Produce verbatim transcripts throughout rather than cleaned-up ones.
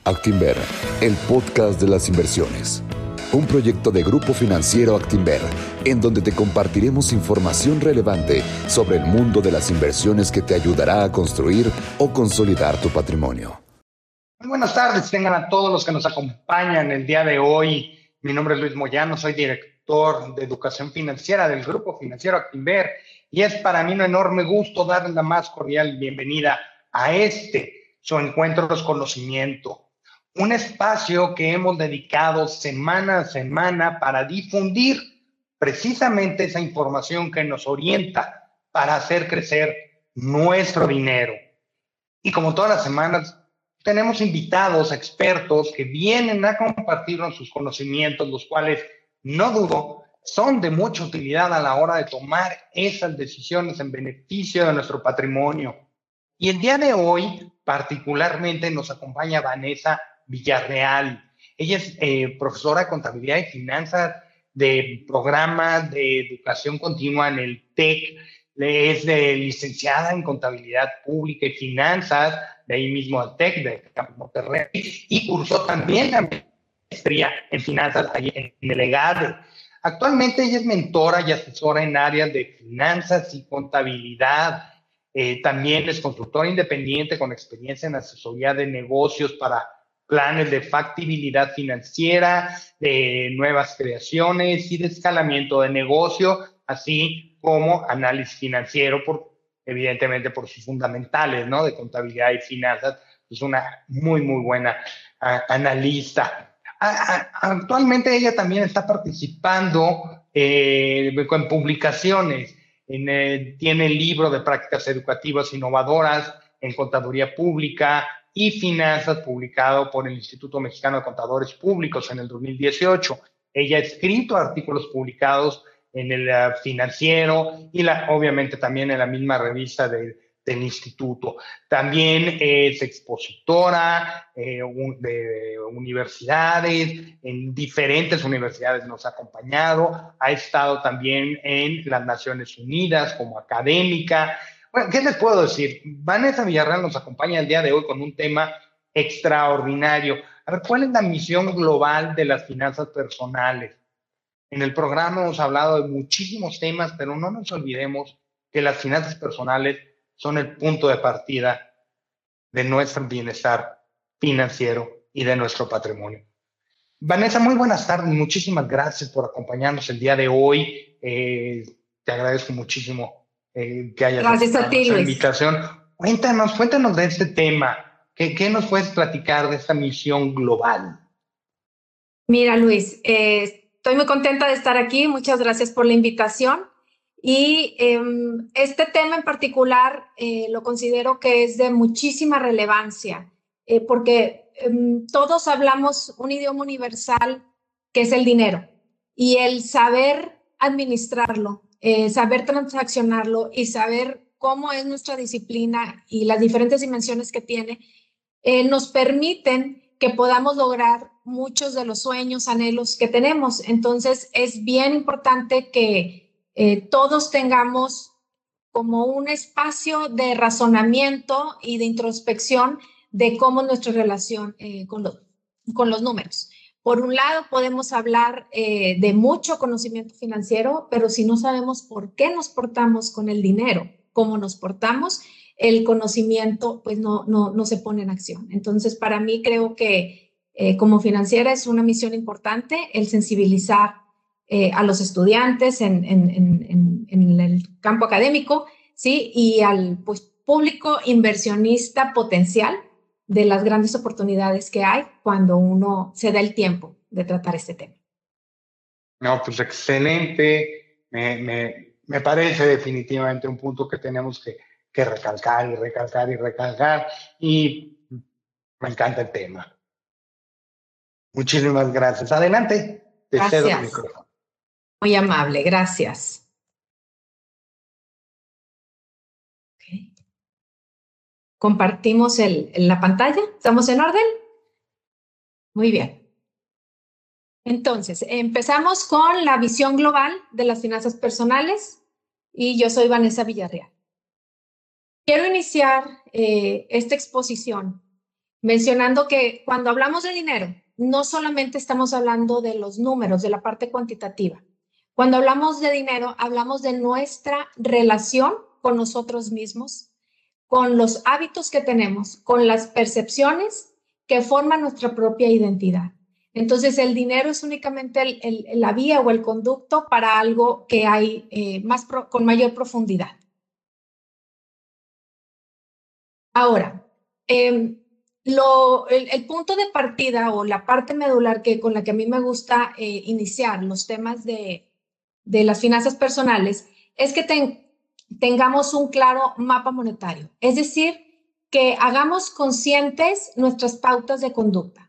Actinver, el podcast de las inversiones. Un proyecto de Grupo Financiero Actinver, en donde te compartiremos información relevante sobre el mundo de las inversiones que te ayudará a construir o consolidar tu patrimonio. Muy buenas tardes, tengan a todos los que nos acompañan el día de hoy. Mi nombre es Luis Moyano, soy director de Educación Financiera del Grupo Financiero Actinver y es para mí un enorme gusto darles la más cordial bienvenida a este, su Encuentros Conocimiento. Un espacio que hemos dedicado semana a semana para difundir precisamente esa información que nos orienta para hacer crecer nuestro dinero. Y como todas las semanas, tenemos invitados, expertos que vienen a compartirnos sus conocimientos, los cuales, no dudo, son de mucha utilidad a la hora de tomar esas decisiones en beneficio de nuestro patrimonio. Y el día de hoy, particularmente, nos acompaña Vanessa Villarreal. Ella es eh, profesora de Contabilidad y Finanzas de programa de Educación Continua en el TEC. Es de, licenciada en Contabilidad Pública y Finanzas, de ahí mismo del TEC, de Monterrey, y cursó también la maestría en Finanzas en el EGADE. Actualmente ella es mentora y asesora en áreas de finanzas y contabilidad. Eh, también es consultora independiente con experiencia en asesoría de negocios para planes de factibilidad financiera, de nuevas creaciones y de escalamiento de negocio, así como análisis financiero, por, evidentemente por sus fundamentales, ¿no? De contabilidad y finanzas. Es una muy, muy buena uh, analista. A, a, actualmente ella también está participando eh, en publicaciones. En, eh, tiene el libro de prácticas educativas innovadoras en contaduría pública y finanzas, publicado por el Instituto Mexicano de Contadores Públicos en el dos mil dieciocho. Ella ha escrito artículos publicados en el uh, Financiero y la, obviamente también en la misma revista de, del instituto. También es expositora eh, un, de universidades, en diferentes universidades nos ha acompañado, ha estado también en las Naciones Unidas como académica. Bueno, ¿qué les puedo decir? Vanessa Villarreal nos acompaña el día de hoy con un tema extraordinario. A ver, ¿cuál es la misión global de las finanzas personales? En el programa hemos hablado de muchísimos temas, pero no nos olvidemos que las finanzas personales son el punto de partida de nuestro bienestar financiero y de nuestro patrimonio. Vanessa, muy buenas tardes. Muchísimas gracias por acompañarnos el día de hoy. Eh, te agradezco muchísimo eh, que hayas Gracias a ti, esa Luis. invitación. Cuéntanos, cuéntanos de este tema. ¿Qué, qué nos puedes platicar de esta misión global? Mira, Luis, eh, estoy muy contenta de estar aquí. Muchas gracias por la invitación. Y eh, este tema en particular eh, lo considero que es de muchísima relevancia, eh, porque eh, todos hablamos un idioma universal que es el dinero. Y el saber administrarlo, eh, saber transaccionarlo y saber cómo es nuestra disciplina y las diferentes dimensiones que tiene, eh, nos permiten que podamos lograr muchos de los sueños, anhelos que tenemos. Entonces, es bien importante que eh, todos tengamos como un espacio de razonamiento y de introspección de cómo es nuestra relación eh, con, lo, con los números. Por un lado, podemos hablar eh, de mucho conocimiento financiero, pero si no sabemos por qué nos portamos con el dinero, cómo nos portamos, el conocimiento pues no, no, no se pone en acción. Entonces, para mí creo que eh, como financiera es una misión importante el sensibilizar eh, a los estudiantes en, en, en, en el campo académico, ¿sí? Y al pues, público inversionista potencial de las grandes oportunidades que hay cuando uno se da el tiempo de tratar este tema. No, pues excelente. Me, me, me parece definitivamente un punto que tenemos que, que recalcar y recalcar y recalcar. Y me encanta el tema. Muchísimas gracias. Adelante. Te cedo el micrófono. Muy amable, gracias. Okay. Compartimos el, la pantalla. ¿Estamos en orden? Muy bien. Entonces, empezamos con la visión global de las finanzas personales y yo soy Vanessa Villarreal. Quiero iniciar eh, esta exposición mencionando que cuando hablamos de dinero, no solamente estamos hablando de los números, de la parte cuantitativa. Cuando hablamos de dinero, hablamos de nuestra relación con nosotros mismos, con los hábitos que tenemos, con las percepciones que forman nuestra propia identidad. Entonces, el dinero es únicamente el, el, la vía o el conducto para algo que hay eh, más pro, con mayor profundidad. Ahora, eh, lo, el, el punto de partida o la parte medular que, con la que a mí me gusta eh, iniciar los temas de, de las finanzas personales es que ten, tengamos un claro mapa monetario, es decir, que hagamos conscientes nuestras pautas de conducta.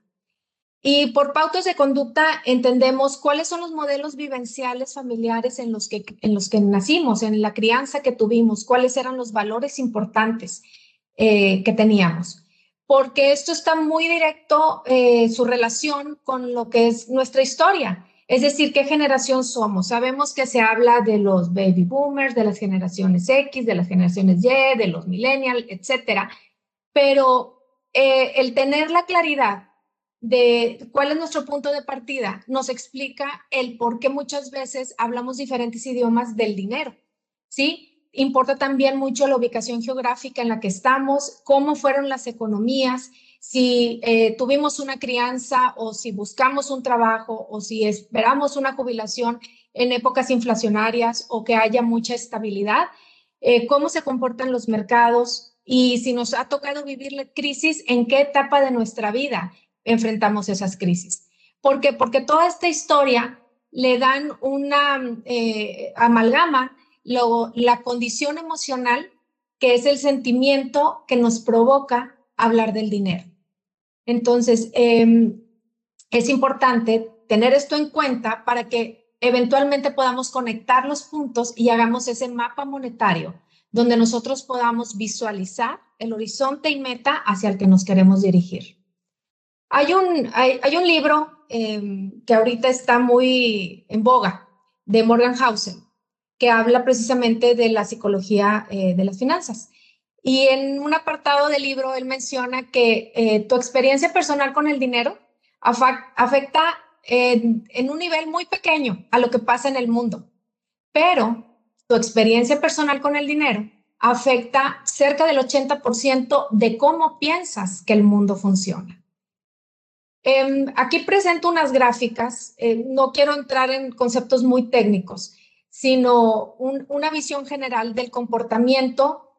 Y por pautas de conducta entendemos cuáles son los modelos vivenciales familiares en los que, en los que nacimos, en la crianza que tuvimos, cuáles eran los valores importantes eh, que teníamos. Porque esto está muy directo, eh, su relación con lo que es nuestra historia. Es decir, ¿qué generación somos? Sabemos que se habla de los baby boomers, de las generaciones X, de las generaciones Y, de los millennials, etcétera. Pero eh, el tener la claridad de cuál es nuestro punto de partida nos explica el por qué muchas veces hablamos diferentes idiomas del dinero, ¿sí? Importa también mucho la ubicación geográfica en la que estamos, cómo fueron las economías, si eh, tuvimos una crianza o si buscamos un trabajo o si esperamos una jubilación en épocas inflacionarias o que haya mucha estabilidad, eh, cómo se comportan los mercados y si nos ha tocado vivir la crisis, en qué etapa de nuestra vida enfrentamos esas crisis. ¿Por qué? Porque toda esta historia le dan una eh, amalgama lo, la condición emocional, que es el sentimiento que nos provoca hablar del dinero. Entonces, eh, es importante tener esto en cuenta para que eventualmente podamos conectar los puntos y hagamos ese mapa monetario donde nosotros podamos visualizar el horizonte y meta hacia el que nos queremos dirigir. Hay un, hay, hay un libro eh, que ahorita está muy en boga, de Morgan Housel, que habla precisamente de la psicología eh, de las finanzas. Y en un apartado del libro él menciona que eh, tu experiencia personal con el dinero afecta en, en un nivel muy pequeño a lo que pasa en el mundo, pero tu experiencia personal con el dinero afecta cerca del ochenta por ciento de cómo piensas que el mundo funciona. Eh, aquí presento unas gráficas, eh, no quiero entrar en conceptos muy técnicos, sino un, una visión general del comportamiento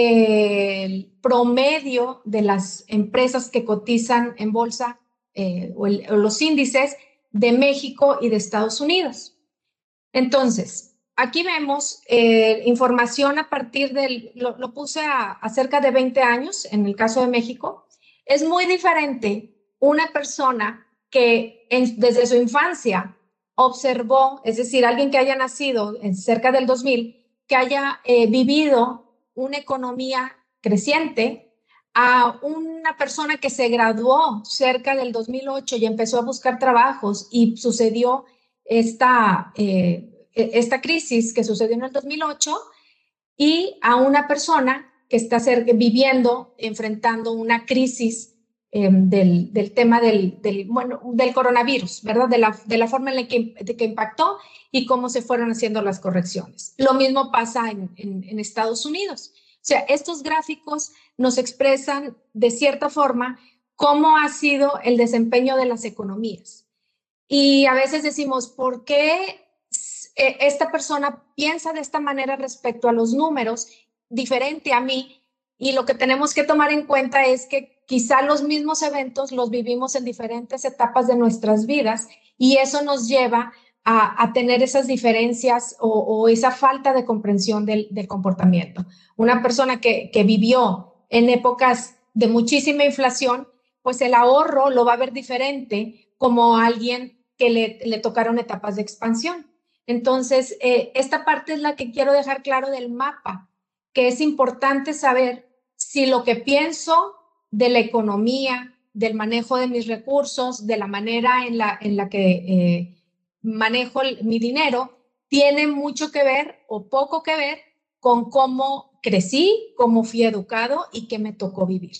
del promedio de las empresas que cotizan en bolsa eh, o, el, o los índices de México y de Estados Unidos. Entonces, aquí vemos eh, información a partir del, lo, lo puse a, a cerca de veinte años en el caso de México. Es muy diferente una persona que en, desde su infancia observó, es decir, alguien que haya nacido en cerca del dos mil, que haya eh, vivido una economía creciente, a una persona que se graduó cerca del dos mil ocho y empezó a buscar trabajos y sucedió esta, eh, esta crisis que sucedió en el dos mil ocho, y a una persona que está cerca, viviendo, enfrentando una crisis Eh, del, del tema del, del, bueno, del coronavirus, ¿verdad? De la, de la forma en la que, de que impactó y cómo se fueron haciendo las correcciones. Lo mismo pasa en, en, en Estados Unidos. O sea, estos gráficos nos expresan de cierta forma cómo ha sido el desempeño de las economías. Y a veces decimos, ¿por qué esta persona piensa de esta manera respecto a los números, diferente a mí? Y lo que tenemos que tomar en cuenta es que quizá los mismos eventos los vivimos en diferentes etapas de nuestras vidas y eso nos lleva a, a tener esas diferencias o, o esa falta de comprensión del, del comportamiento. Una persona que, que vivió en épocas de muchísima inflación, pues el ahorro lo va a ver diferente como alguien que le, le tocaron etapas de expansión. Entonces, eh, esta parte es la que quiero dejar claro del mapa, que es importante saber si lo que pienso de la economía, del manejo de mis recursos, de la manera en la, en la que eh, manejo el, mi dinero, tiene mucho que ver o poco que ver con cómo crecí, cómo fui educado y qué me tocó vivir.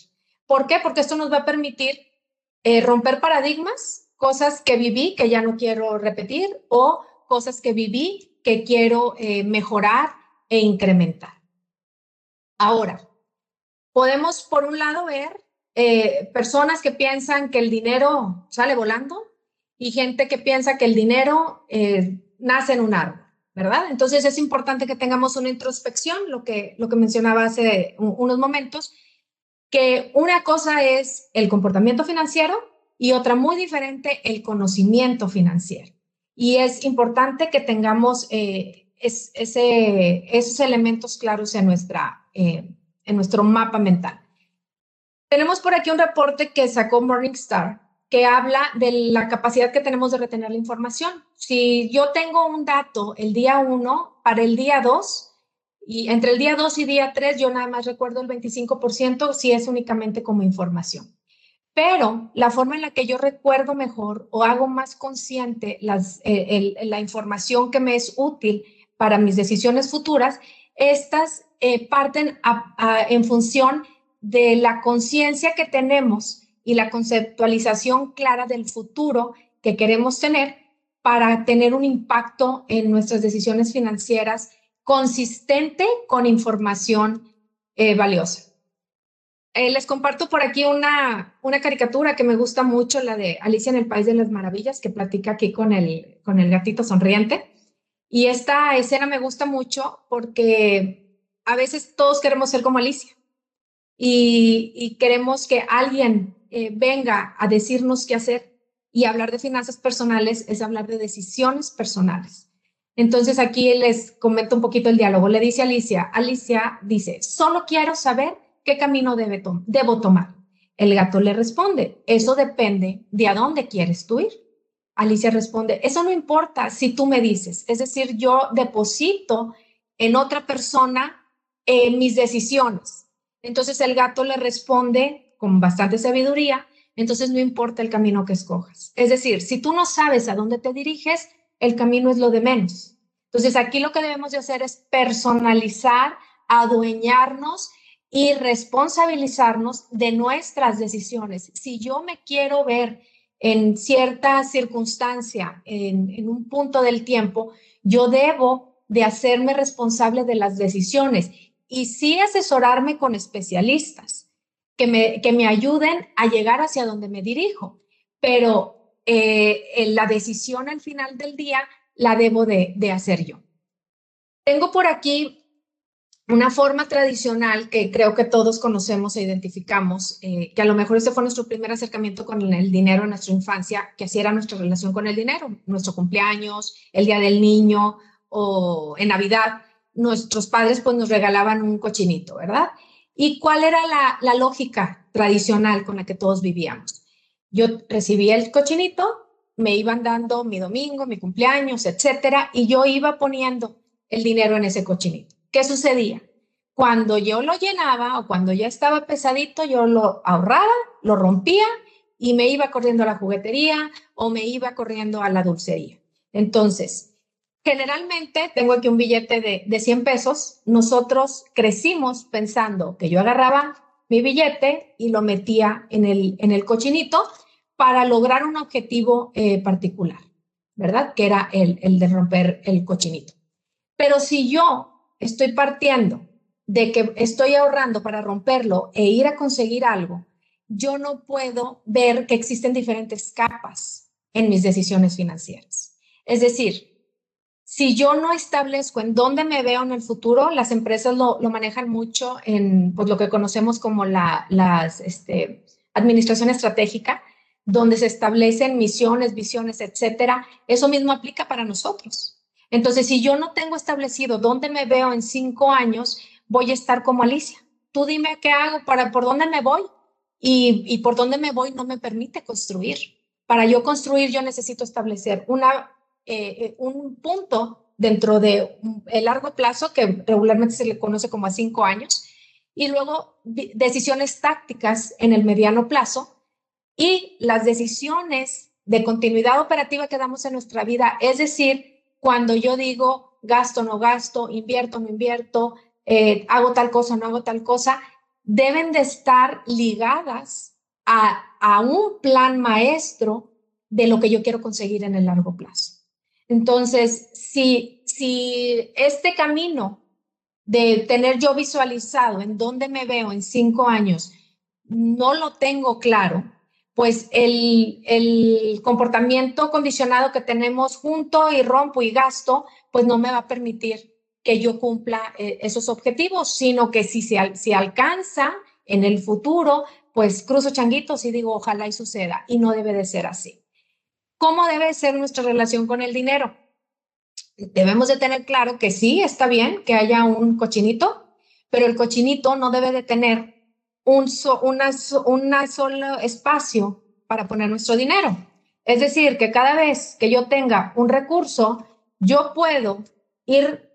¿Por qué? Porque esto nos va a permitir eh, romper paradigmas, cosas que viví que ya no quiero repetir o cosas que viví que quiero eh, mejorar e incrementar. Ahora, podemos por un lado ver eh, personas que piensan que el dinero sale volando y gente que piensa que el dinero eh, nace en un árbol, ¿verdad? Entonces es importante que tengamos una introspección, lo que, lo que mencionaba hace un, unos momentos, que una cosa es el comportamiento financiero y otra muy diferente, el conocimiento financiero. Y es importante que tengamos eh, es, ese, esos elementos claros en, nuestra, eh, en nuestro mapa mental. Tenemos por aquí un reporte que sacó Morningstar que habla de la capacidad que tenemos de retener la información. Si yo tengo un dato el día uno, para el día dos, y entre el día dos y día tres, yo nada más recuerdo el veinticinco por ciento si es únicamente como información. Pero la forma en la que yo recuerdo mejor o hago más consciente las, eh, el, la información que me es útil para mis decisiones futuras, estas eh, parten a, a, en función de la conciencia que tenemos y la conceptualización clara del futuro que queremos tener para tener un impacto en nuestras decisiones financieras consistente con información eh, valiosa. Eh, les comparto por aquí una, una caricatura que me gusta mucho, la de Alicia en el País de las Maravillas, que platica aquí con el, con el gatito sonriente. Y esta escena me gusta mucho porque a veces todos queremos ser como Alicia y, y queremos que alguien eh, venga a decirnos qué hacer, y hablar de finanzas personales es hablar de decisiones personales. Entonces aquí les comento un poquito el diálogo. Le dice Alicia, Alicia dice, solo quiero saber qué camino debe to- debo tomar. El gato le responde, eso depende de a dónde quieres tú ir. Alicia responde, eso no importa si tú me dices, es decir, yo deposito en otra persona eh, mis decisiones. Entonces el gato le responde con bastante sabiduría, entonces no importa el camino que escojas. Es decir, si tú no sabes a dónde te diriges, el camino es lo de menos. Entonces aquí lo que debemos de hacer es personalizar, adueñarnos y responsabilizarnos de nuestras decisiones. Si yo me quiero ver en cierta circunstancia, en, en un punto del tiempo, yo debo de hacerme responsable de las decisiones y sí asesorarme con especialistas que me, que me ayuden a llegar hacia donde me dirijo. Pero eh, la decisión al final del día la debo de, de hacer yo. Tengo por aquí una forma tradicional que creo que todos conocemos e identificamos, eh, que a lo mejor ese fue nuestro primer acercamiento con el dinero en nuestra infancia, que así era nuestra relación con el dinero, nuestro cumpleaños, el Día del Niño o en Navidad, nuestros padres pues nos regalaban un cochinito, ¿verdad? ¿Y cuál era la, la lógica tradicional con la que todos vivíamos? Yo recibía el cochinito, me iban dando mi domingo, mi cumpleaños, etcétera, y yo iba poniendo el dinero en ese cochinito. ¿Qué sucedía? Cuando yo lo llenaba o cuando ya estaba pesadito, yo lo ahorraba, lo rompía y me iba corriendo a la juguetería o me iba corriendo a la dulcería. Entonces, generalmente, tengo aquí un billete de, de cien pesos, nosotros crecimos pensando que yo agarraba mi billete y lo metía en el, en el cochinito para lograr un objetivo eh, particular, ¿verdad? Que era el, el de romper el cochinito. Pero si yo estoy partiendo de que estoy ahorrando para romperlo e ir a conseguir algo, yo no puedo ver que existen diferentes capas en mis decisiones financieras. Es decir, si yo no establezco en dónde me veo en el futuro, las empresas lo, lo manejan mucho en pues, lo que conocemos como la las, este, administración estratégica, donde se establecen misiones, visiones, etcétera. Eso mismo aplica para nosotros. Entonces, si yo no tengo establecido dónde me veo en cinco años, voy a estar como Alicia. Tú dime qué hago, para, por dónde me voy y, y por dónde me voy no me permite construir. Para yo construir, yo necesito establecer una, eh, un punto dentro de el largo plazo, que regularmente se le conoce como a cinco años, y luego decisiones tácticas en el mediano plazo y las decisiones de continuidad operativa que damos en nuestra vida, es decir, cuando yo digo gasto, no gasto, invierto, no invierto, eh, hago tal cosa, no hago tal cosa, deben de estar ligadas a, a un plan maestro de lo que yo quiero conseguir en el largo plazo. Entonces, si, si este camino de tener yo visualizado en dónde me veo en cinco años no lo tengo claro, pues el, el comportamiento condicionado que tenemos junto y rompo y gasto, pues no me va a permitir que yo cumpla eh, esos objetivos, sino que si, si, si alcanza en el futuro, pues cruzo changuitos y digo, ojalá y suceda, y no debe de ser así. ¿Cómo debe ser nuestra relación con el dinero? Debemos de tener claro que sí, está bien que haya un cochinito, pero el cochinito no debe de tener un so, una, una solo espacio para poner nuestro dinero. Es decir, que cada vez que yo tenga un recurso, yo puedo ir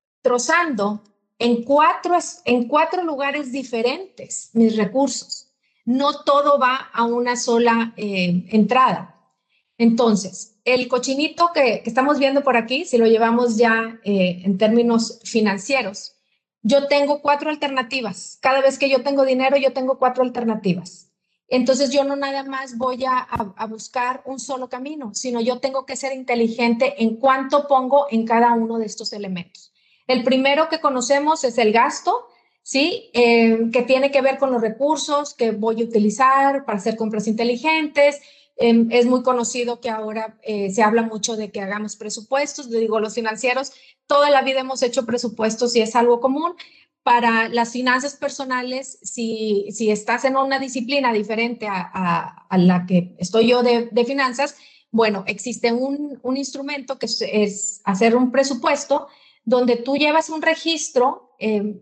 trozando en cuatro, en cuatro lugares diferentes mis recursos. No todo va a una sola eh, entrada. Entonces, el cochinito que, que estamos viendo por aquí, si lo llevamos ya eh, en términos financieros, yo tengo cuatro alternativas. Cada vez que yo tengo dinero, yo tengo cuatro alternativas. Entonces, yo no nada más voy a, a, a buscar un solo camino, sino yo tengo que ser inteligente en cuánto pongo en cada uno de estos elementos. El primero que conocemos es el gasto, ¿sí? Eh, que tiene que ver con los recursos que voy a utilizar para hacer compras inteligentes. Eh, es muy conocido que ahora eh, se habla mucho de que hagamos presupuestos. Le digo, los financieros, toda la vida hemos hecho presupuestos y es algo común. Para las finanzas personales, si, si estás en una disciplina diferente a, a, a la que estoy yo de, de finanzas, bueno, existe un, un instrumento que es, es hacer un presupuesto donde tú llevas un registro eh,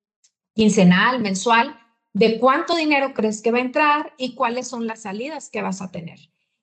quincenal, mensual, de cuánto dinero crees que va a entrar y cuáles son las salidas que vas a tener.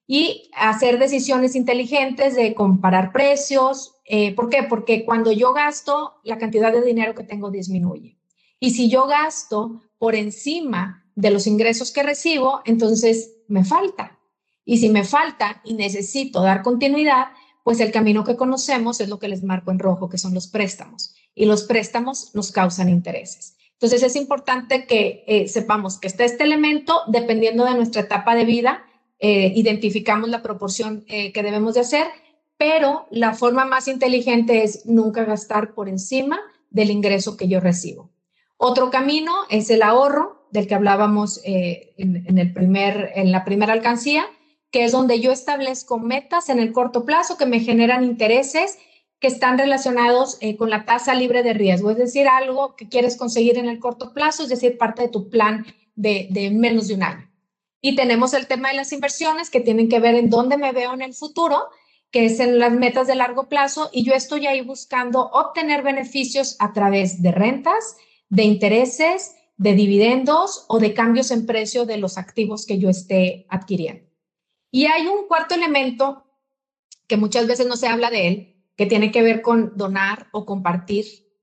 Y hacer decisiones inteligentes de comparar precios. Eh, ¿Por qué? Porque cuando yo gasto, la cantidad de dinero que tengo disminuye. Y si yo gasto por encima de los ingresos que recibo, entonces me falta. Y si me falta y necesito dar continuidad, pues el camino que conocemos es lo que les marco en rojo, que son los préstamos. Y los préstamos nos causan intereses. Entonces es importante que eh, sepamos que está este elemento, dependiendo de nuestra etapa de vida, eh, identificamos la proporción eh, que debemos de hacer, pero la forma más inteligente es nunca gastar por encima del ingreso que yo recibo. Otro camino es el ahorro, del que hablábamos eh, en, en, el primer, en la primera alcancía, que es donde yo establezco metas en el corto plazo que me generan intereses que están relacionados eh, con la tasa libre de riesgo, es decir, algo que quieres conseguir en el corto plazo, es decir, parte de tu plan de, de menos de un año. Y tenemos el tema de las inversiones que tienen que ver en dónde me veo en el futuro, que es en las metas de largo plazo, y yo estoy ahí buscando obtener beneficios a través de rentas, de intereses, de dividendos o de cambios en precio de los activos que yo esté adquiriendo. Y hay un cuarto elemento que muchas veces no se habla de él, que tiene que ver con donar o compartir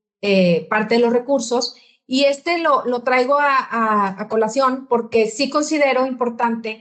eh, parte de los recursos. Y este lo, lo traigo a, a, a colación porque sí considero importante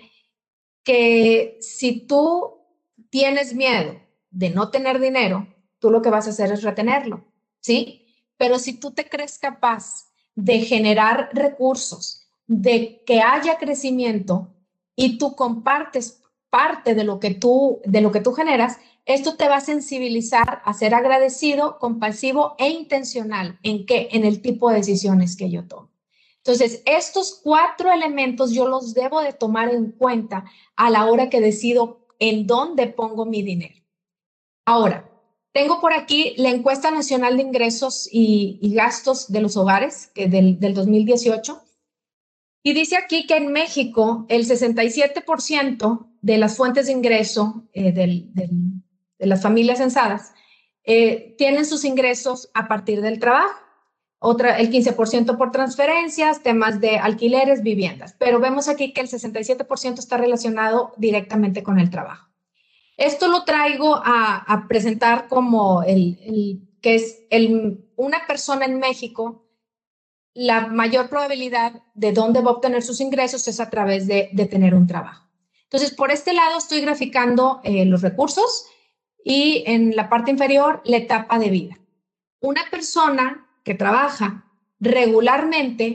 que si tú tienes miedo de no tener dinero, tú lo que vas a hacer es retenerlo, ¿sí? Pero si tú te crees capaz de generar recursos, de que haya crecimiento y tú compartes parte de lo que tú, de lo que tú generas, esto te va a sensibilizar a ser agradecido, compasivo e intencional. ¿En qué? En el tipo de decisiones que yo tomo. Entonces, estos cuatro elementos yo los debo de tomar en cuenta a la hora que decido en dónde pongo mi dinero. Ahora, tengo por aquí la encuesta nacional de ingresos y, y gastos de los hogares que del, del dos mil dieciocho. Y dice aquí que en México el sesenta y siete por ciento de las fuentes de ingreso eh, del, del, de las familias censadas eh, tienen sus ingresos a partir del trabajo. Otra, el quince por ciento por transferencias, temas de alquileres, viviendas. Pero vemos aquí que el sesenta y siete por ciento está relacionado directamente con el trabajo. Esto lo traigo a, a presentar como el, el que es el, una persona en México. La mayor probabilidad de dónde va a obtener sus ingresos es a través de, de tener un trabajo. Entonces, por este lado estoy graficando eh, los recursos y en la parte inferior la etapa de vida. Una persona que trabaja regularmente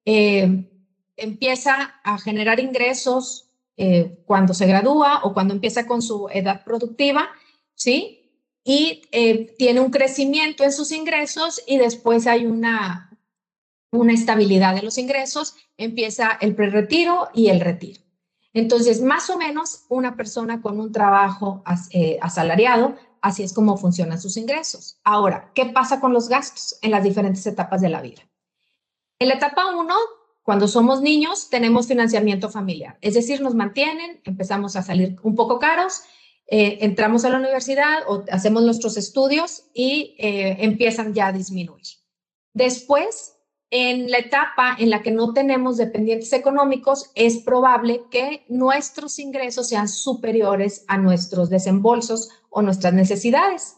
eh, empieza a generar ingresos eh, cuando se gradúa o cuando empieza con su edad productiva, ¿sí? Y eh, tiene un crecimiento en sus ingresos y después hay una, una estabilidad de los ingresos, empieza el prerretiro y el retiro. Entonces, más o menos, una persona con un trabajo as, eh, asalariado, así es como funcionan sus ingresos. Ahora, ¿qué pasa con los gastos en las diferentes etapas de la vida? En la etapa uno, cuando somos niños, tenemos financiamiento familiar, es decir, nos mantienen, empezamos a salir un poco caros, eh, entramos a la universidad o hacemos nuestros estudios y eh, empiezan ya a disminuir. Después, en la etapa en la que no tenemos dependientes económicos, es probable que nuestros ingresos sean superiores a nuestros desembolsos o nuestras necesidades.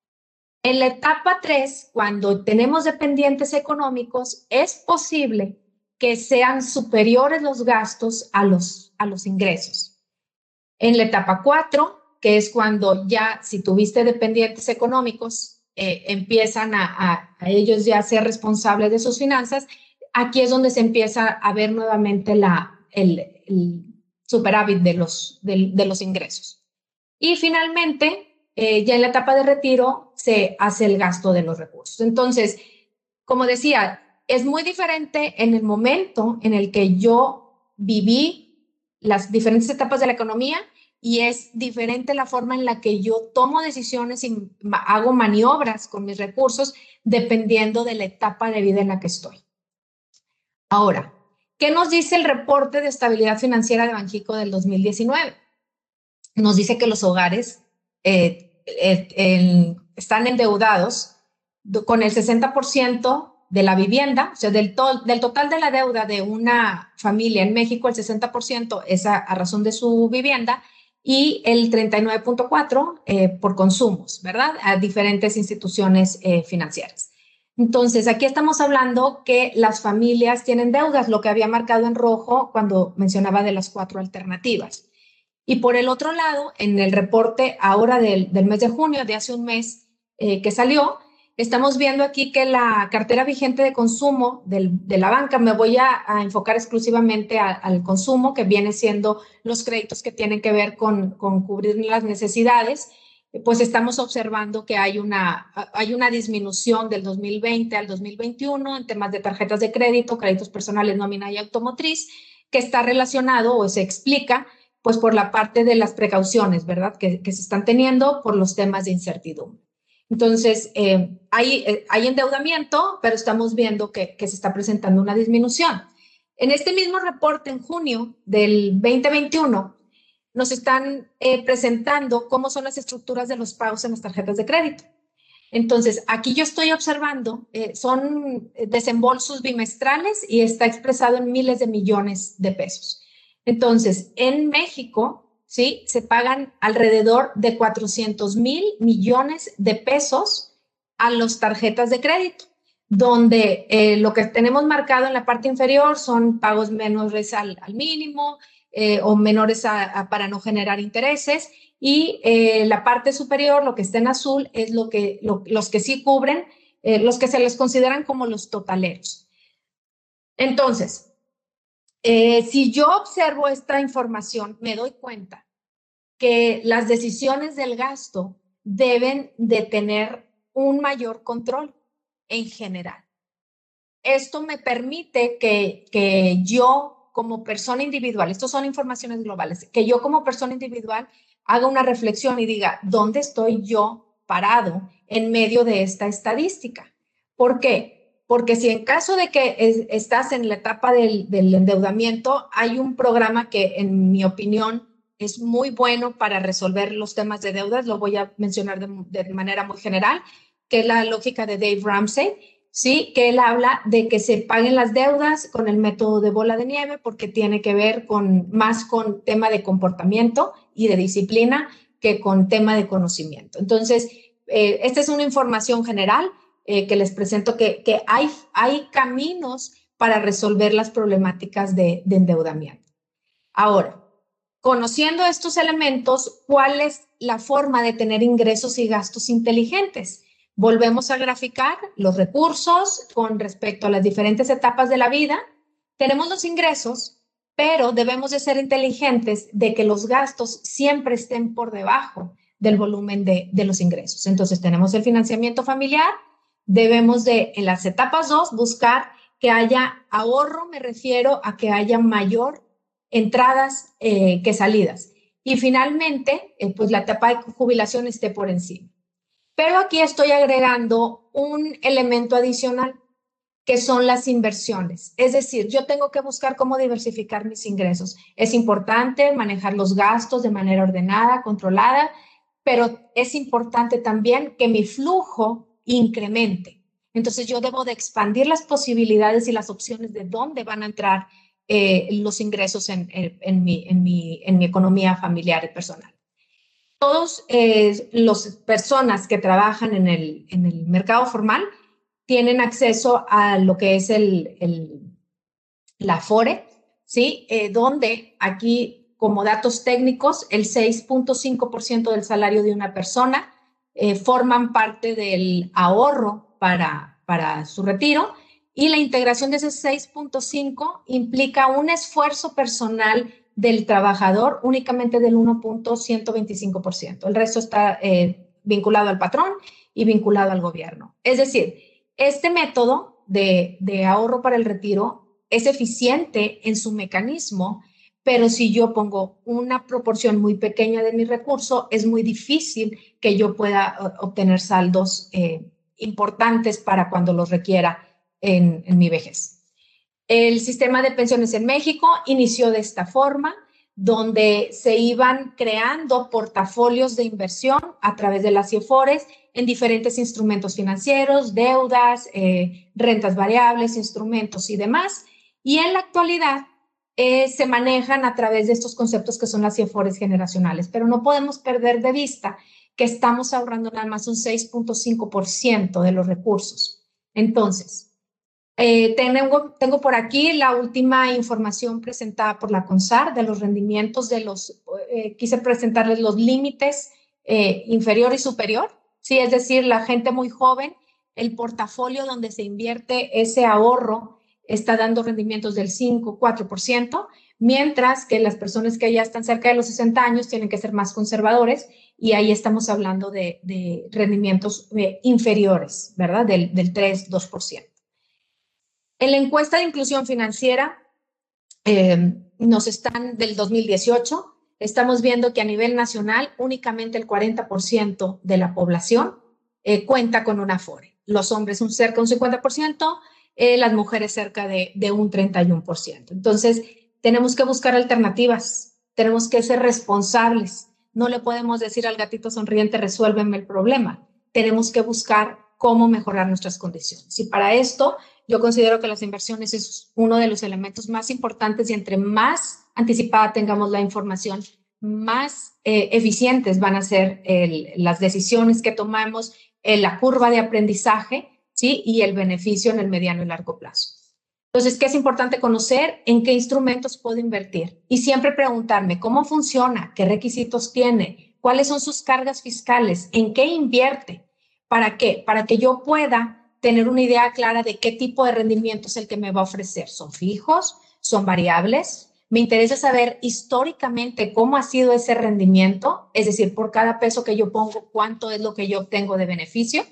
En la etapa tres, cuando tenemos dependientes económicos, es posible que sean superiores los gastos a los, a los ingresos. En la etapa cuatro, que es cuando ya, si tuviste dependientes económicos, eh, empiezan a, a, a ellos ya ser responsables de sus finanzas, aquí es donde se empieza a ver nuevamente la, el, el superávit de los, de, de los ingresos. Y finalmente, eh, ya en la etapa de retiro, se hace el gasto de los recursos. Entonces, como decía, es muy diferente en el momento en el que yo viví las diferentes etapas de la economía y es diferente la forma en la que yo tomo decisiones y hago maniobras con mis recursos dependiendo de la etapa de vida en la que estoy. Ahora, ¿qué nos dice el reporte de estabilidad financiera de Banxico del dos mil diecinueve? Nos dice que los hogares eh, eh, eh, están endeudados con el sesenta por ciento de la vivienda, o sea, del, to del total de la deuda de una familia en México, el sesenta por ciento es a, a razón de su vivienda y el treinta y nueve punto cuatro por ciento eh, por consumos, ¿verdad? A diferentes instituciones eh, financieras. Entonces, aquí estamos hablando que las familias tienen deudas, lo que había marcado en rojo cuando mencionaba de las cuatro alternativas. Y por el otro lado, en el reporte ahora del, del mes de junio, de hace un mes eh, que salió, estamos viendo aquí que la cartera vigente de consumo del, de la banca, me voy a, a enfocar exclusivamente a, al consumo, que viene siendo los créditos que tienen que ver con, con cubrir las necesidades, pues estamos observando que hay una, hay una disminución del dos mil veinte al dos mil veintiuno en temas de tarjetas de crédito, créditos personales, nómina y automotriz, que está relacionado o se explica pues por la parte de las precauciones, ¿verdad? Que, que se están teniendo por los temas de incertidumbre. Entonces, eh, hay, eh, hay endeudamiento, pero estamos viendo que, que se está presentando una disminución. En este mismo reporte, en junio del veinte veintiuno, nos están eh, presentando cómo son las estructuras de los pagos en las tarjetas de crédito. Entonces, aquí yo estoy observando, eh, son desembolsos bimestrales y está expresado en miles de millones de pesos. Entonces, en México, ¿sí? Se pagan alrededor de cuatrocientos mil millones de pesos a las tarjetas de crédito, donde eh, lo que tenemos marcado en la parte inferior son pagos menores al, al mínimo eh, o menores a, a, para no generar intereses, y eh, la parte superior, lo que está en azul, es lo que, lo, los que sí cubren, eh, los que se les consideran como los totaleros. Entonces, Eh, si yo observo esta información, me doy cuenta que las decisiones del gasto deben de tener un mayor control en general. Esto me permite que, que yo como persona individual, estas son informaciones globales, que yo como persona individual haga una reflexión y diga, ¿dónde estoy yo parado en medio de esta estadística? ¿Por qué? Porque si en caso de que es, estás en la etapa del, del endeudamiento, hay un programa que, en mi opinión, es muy bueno para resolver los temas de deudas, lo voy a mencionar de, de manera muy general, que es la lógica de Dave Ramsey, ¿sí? Que él habla de que se paguen las deudas con el método de bola de nieve, porque tiene que ver con, más con tema de comportamiento y de disciplina que con tema de conocimiento. Entonces, eh, esta es una información general, Eh, que les presento que, que hay, hay caminos para resolver las problemáticas de, de endeudamiento. Ahora, conociendo estos elementos, ¿cuál es la forma de tener ingresos y gastos inteligentes? Volvemos a graficar los recursos con respecto a las diferentes etapas de la vida, tenemos los ingresos, pero debemos de ser inteligentes de que los gastos siempre estén por debajo del volumen de, de los ingresos. Entonces, tenemos el financiamiento familiar, debemos de, en las etapas dos, buscar que haya ahorro, me refiero a que haya mayor entradas eh, que salidas. Y finalmente, eh, pues la etapa de jubilación esté por encima. Pero aquí estoy agregando un elemento adicional, que son las inversiones. Es decir, yo tengo que buscar cómo diversificar mis ingresos. Es importante manejar los gastos de manera ordenada, controlada, pero es importante también que mi flujo incremente. Entonces yo debo de expandir las posibilidades y las opciones de dónde van a entrar eh, los ingresos en, en, en, mi, en, mi, en mi economía familiar y personal. Todos eh, las personas que trabajan en el, en el mercado formal tienen acceso a lo que es el, el, la Afore, ¿sí? Eh, donde aquí, como datos técnicos, el seis punto cinco por ciento del salario de una persona eh, forman parte del ahorro para, para su retiro, y la integración de ese seis punto cinco implica un esfuerzo personal del trabajador únicamente del uno punto ciento veinticinco por ciento. El resto está eh, vinculado al patrón y vinculado al gobierno. Es decir, este método de, de ahorro para el retiro es eficiente en su mecanismo, pero si yo pongo una proporción muy pequeña de mi recurso, es muy difícil que yo pueda obtener saldos eh, importantes para cuando los requiera en, en mi vejez. El sistema de pensiones en México inició de esta forma, donde se iban creando portafolios de inversión a través de las CIEFORES en diferentes instrumentos financieros, deudas, eh, rentas variables, instrumentos y demás. Y en la actualidad eh, se manejan a través de estos conceptos que son las CIEFORES generacionales, pero no podemos perder de vista que estamos ahorrando nada más un seis punto cinco por ciento de los recursos. Entonces, Eh, tengo, tengo por aquí la última información presentada por la CONSAR de los rendimientos de los, eh, quise presentarles los límites eh, inferior y superior, ¿sí? Es decir, la gente muy joven, el portafolio donde se invierte ese ahorro está dando rendimientos del cinco, cuatro por ciento, mientras que las personas que ya están cerca de los sesenta años tienen que ser más conservadores, y ahí estamos hablando de, de rendimientos eh, inferiores, ¿verdad? Del, del tres, dos por ciento. En la encuesta de inclusión financiera, eh, nos están del dos mil dieciocho, estamos viendo que a nivel nacional únicamente el cuarenta por ciento de la población eh, cuenta con una Afore. Los hombres un cerca de un cincuenta por ciento, eh, las mujeres cerca de, de un treinta y uno por ciento. Entonces, tenemos que buscar alternativas, tenemos que ser responsables. No le podemos decir al gatito sonriente, resuélveme el problema. Tenemos que buscar cómo mejorar nuestras condiciones. Y para esto, yo considero que las inversiones es uno de los elementos más importantes, y entre más anticipada tengamos la información, más eh, eficientes van a ser el, las decisiones que tomamos, eh, la curva de aprendizaje, ¿sí? Y el beneficio en el mediano y largo plazo. Entonces, ¿qué es importante conocer? ¿En qué instrumentos puedo invertir? Y siempre preguntarme, ¿cómo funciona? ¿Qué requisitos tiene? ¿Cuáles son sus cargas fiscales? ¿En qué invierte? ¿Para qué? Para que yo pueda tener una idea clara de qué tipo de rendimiento es el que me va a ofrecer. ¿Son fijos? ¿Son variables? Me interesa saber históricamente cómo ha sido ese rendimiento, es decir, por cada peso que yo pongo, cuánto es lo que yo obtengo de beneficio,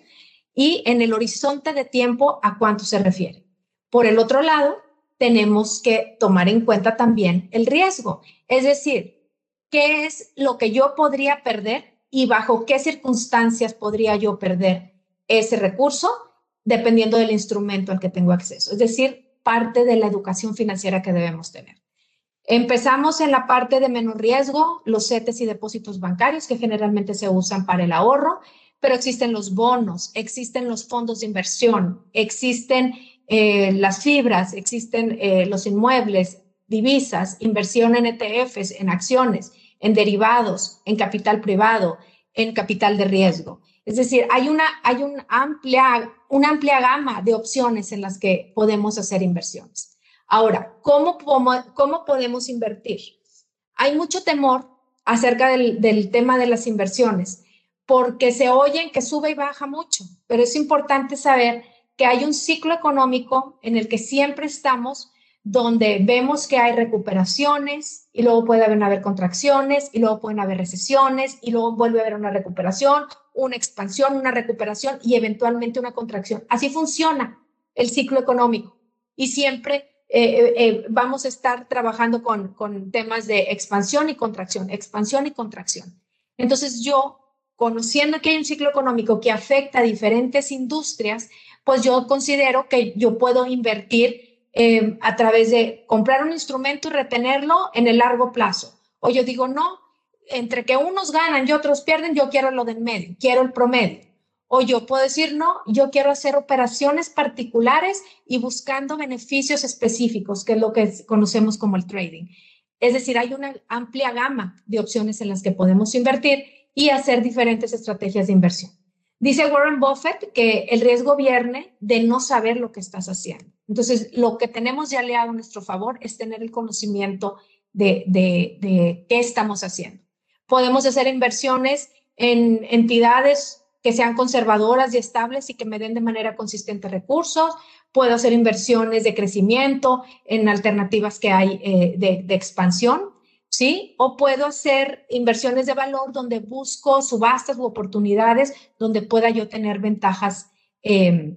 y en el horizonte de tiempo, a cuánto se refiere. Por el otro lado, tenemos que tomar en cuenta también el riesgo, es decir, qué es lo que yo podría perder y bajo qué circunstancias podría yo perder ese recurso, dependiendo del instrumento al que tengo acceso. Es decir, parte de la educación financiera que debemos tener. Empezamos en la parte de menor riesgo, los CETES y depósitos bancarios, que generalmente se usan para el ahorro, pero existen los bonos, existen los fondos de inversión, existen eh, las fibras, existen eh, los inmuebles, divisas, inversión en E T Fs, en acciones, en derivados, en capital privado, en capital de riesgo. Es decir, hay una, hay una, amplia, una amplia gama de opciones en las que podemos hacer inversiones. Ahora, ¿cómo, cómo, cómo podemos invertir? Hay mucho temor acerca del, del tema de las inversiones, porque se oyen que sube y baja mucho, pero es importante saber que hay un ciclo económico en el que siempre estamos donde vemos que hay recuperaciones y luego puede haber, haber contracciones y luego pueden haber recesiones y luego vuelve a haber una recuperación, una expansión, una recuperación y eventualmente una contracción. Así funciona el ciclo económico y siempre eh, eh, vamos a estar trabajando con, con temas de expansión y contracción, expansión y contracción. Entonces yo, conociendo que hay un ciclo económico que afecta a diferentes industrias, pues yo considero que yo puedo invertir Eh, a través de comprar un instrumento y retenerlo en el largo plazo. O yo digo, no, entre que unos ganan y otros pierden, yo quiero lo de en medio, quiero el promedio. O yo puedo decir, no, yo quiero hacer operaciones particulares y buscando beneficios específicos, que es lo que conocemos como el trading. Es decir, hay una amplia gama de opciones en las que podemos invertir y hacer diferentes estrategias de inversión. Dice Warren Buffett que el riesgo viene de no saber lo que estás haciendo. Entonces, lo que tenemos ya aliado a nuestro favor es tener el conocimiento de, de, de qué estamos haciendo. Podemos hacer inversiones en entidades que sean conservadoras y estables y que me den de manera consistente recursos. Puedo hacer inversiones de crecimiento en alternativas que hay eh, de, de expansión. ¿Sí? O puedo hacer inversiones de valor donde busco subastas u oportunidades donde pueda yo tener ventajas eh,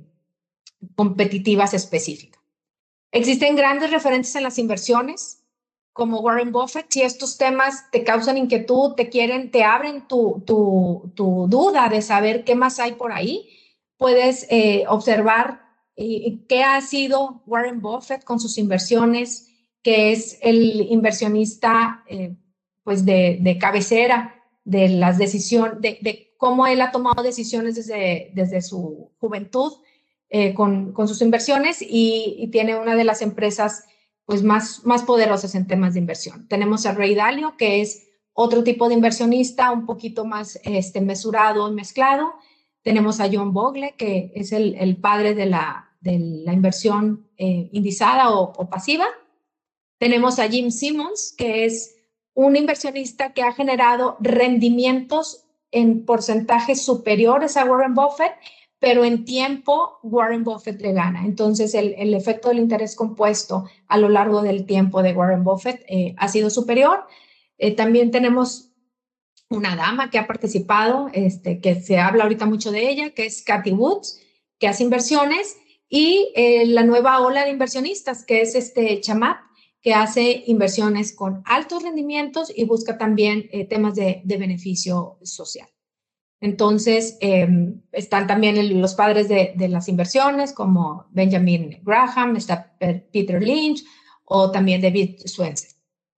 competitivas específicas. Existen grandes referentes en las inversiones, como Warren Buffett. Si estos temas te causan inquietud, te quieren, te abren tu, tu, tu duda de saber qué más hay por ahí, puedes eh, observar eh, qué ha sido Warren Buffett con sus inversiones, que es el inversionista eh, pues de, de cabecera de las decisiones, de, de cómo él ha tomado decisiones desde, desde su juventud eh, con, con sus inversiones y, y tiene una de las empresas pues más, más poderosas en temas de inversión. Tenemos a Ray Dalio, que es otro tipo de inversionista, un poquito más este, mesurado y mezclado. Tenemos a John Bogle, que es el, el padre de la, de la inversión eh, indizada o, o pasiva. Tenemos a Jim Simons, que es un inversionista que ha generado rendimientos en porcentajes superiores a Warren Buffett, pero en tiempo Warren Buffett le gana. Entonces, el, el efecto del interés compuesto a lo largo del tiempo de Warren Buffett eh, ha sido superior. Eh, también tenemos una dama que ha participado, este, que se habla ahorita mucho de ella, que es Cathie Woods, que hace inversiones, y eh, la nueva ola de inversionistas, que es este Chamath, que hace inversiones con altos rendimientos y busca también eh, temas de, de beneficio social. Entonces, eh, están también el, los padres de, de las inversiones, como Benjamin Graham, está Peter Lynch o también David Swensen.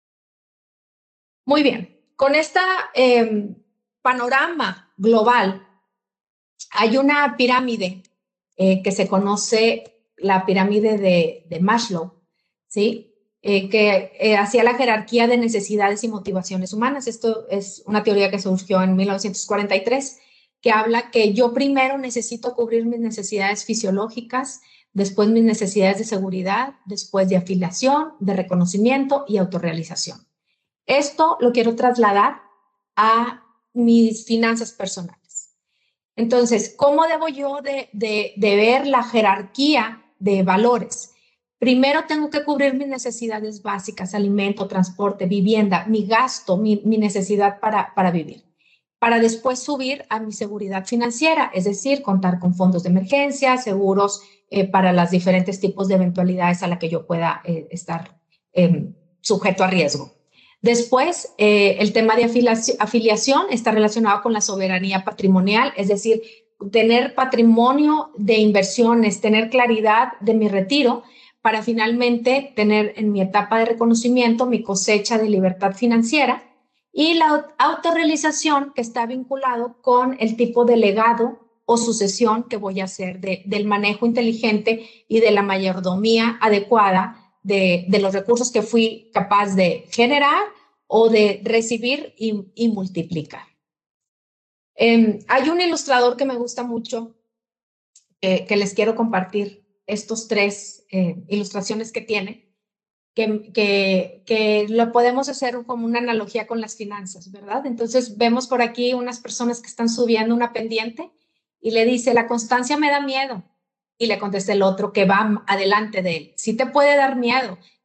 Muy bien, con este eh, panorama global, hay una pirámide eh, que se conoce, la pirámide de, de Maslow, ¿sí? Eh, que eh, hacía la jerarquía de necesidades y motivaciones humanas. Esto es una teoría que surgió en mil novecientos cuarenta y tres, que habla que yo primero necesito cubrir mis necesidades fisiológicas, después mis necesidades de seguridad, después de afiliación, de reconocimiento y autorrealización. Esto lo quiero trasladar a mis finanzas personales. Entonces, ¿cómo debo yo de, de, de ver la jerarquía de valores? Primero tengo que cubrir mis necesidades básicas, alimento, transporte, vivienda, mi gasto, mi, mi necesidad para, para vivir, para después subir a mi seguridad financiera, es decir, contar con fondos de emergencia, seguros eh, para los diferentes tipos de eventualidades a las que yo pueda eh, estar eh, sujeto a riesgo. Después, eh, el tema de afiliación, afiliación está relacionado con la soberanía patrimonial, es decir, tener patrimonio de inversiones, tener claridad de mi retiro, para finalmente tener en mi etapa de reconocimiento mi cosecha de libertad financiera, y la autorrealización, que está vinculado con el tipo de legado o sucesión que voy a hacer de, del manejo inteligente y de la mayordomía adecuada de, de los recursos que fui capaz de generar o de recibir y, y multiplicar. Eh, hay un ilustrador que me gusta mucho eh, que les quiero compartir estos tres eh, ilustraciones que tiene, que, que, que lo podemos hacer como una analogía con las finanzas, ¿verdad? Entonces vemos por aquí unas personas que están subiendo una pendiente y le dice, la constancia me da miedo. Y le contesta el otro que va adelante de él, sí te puede dar miedo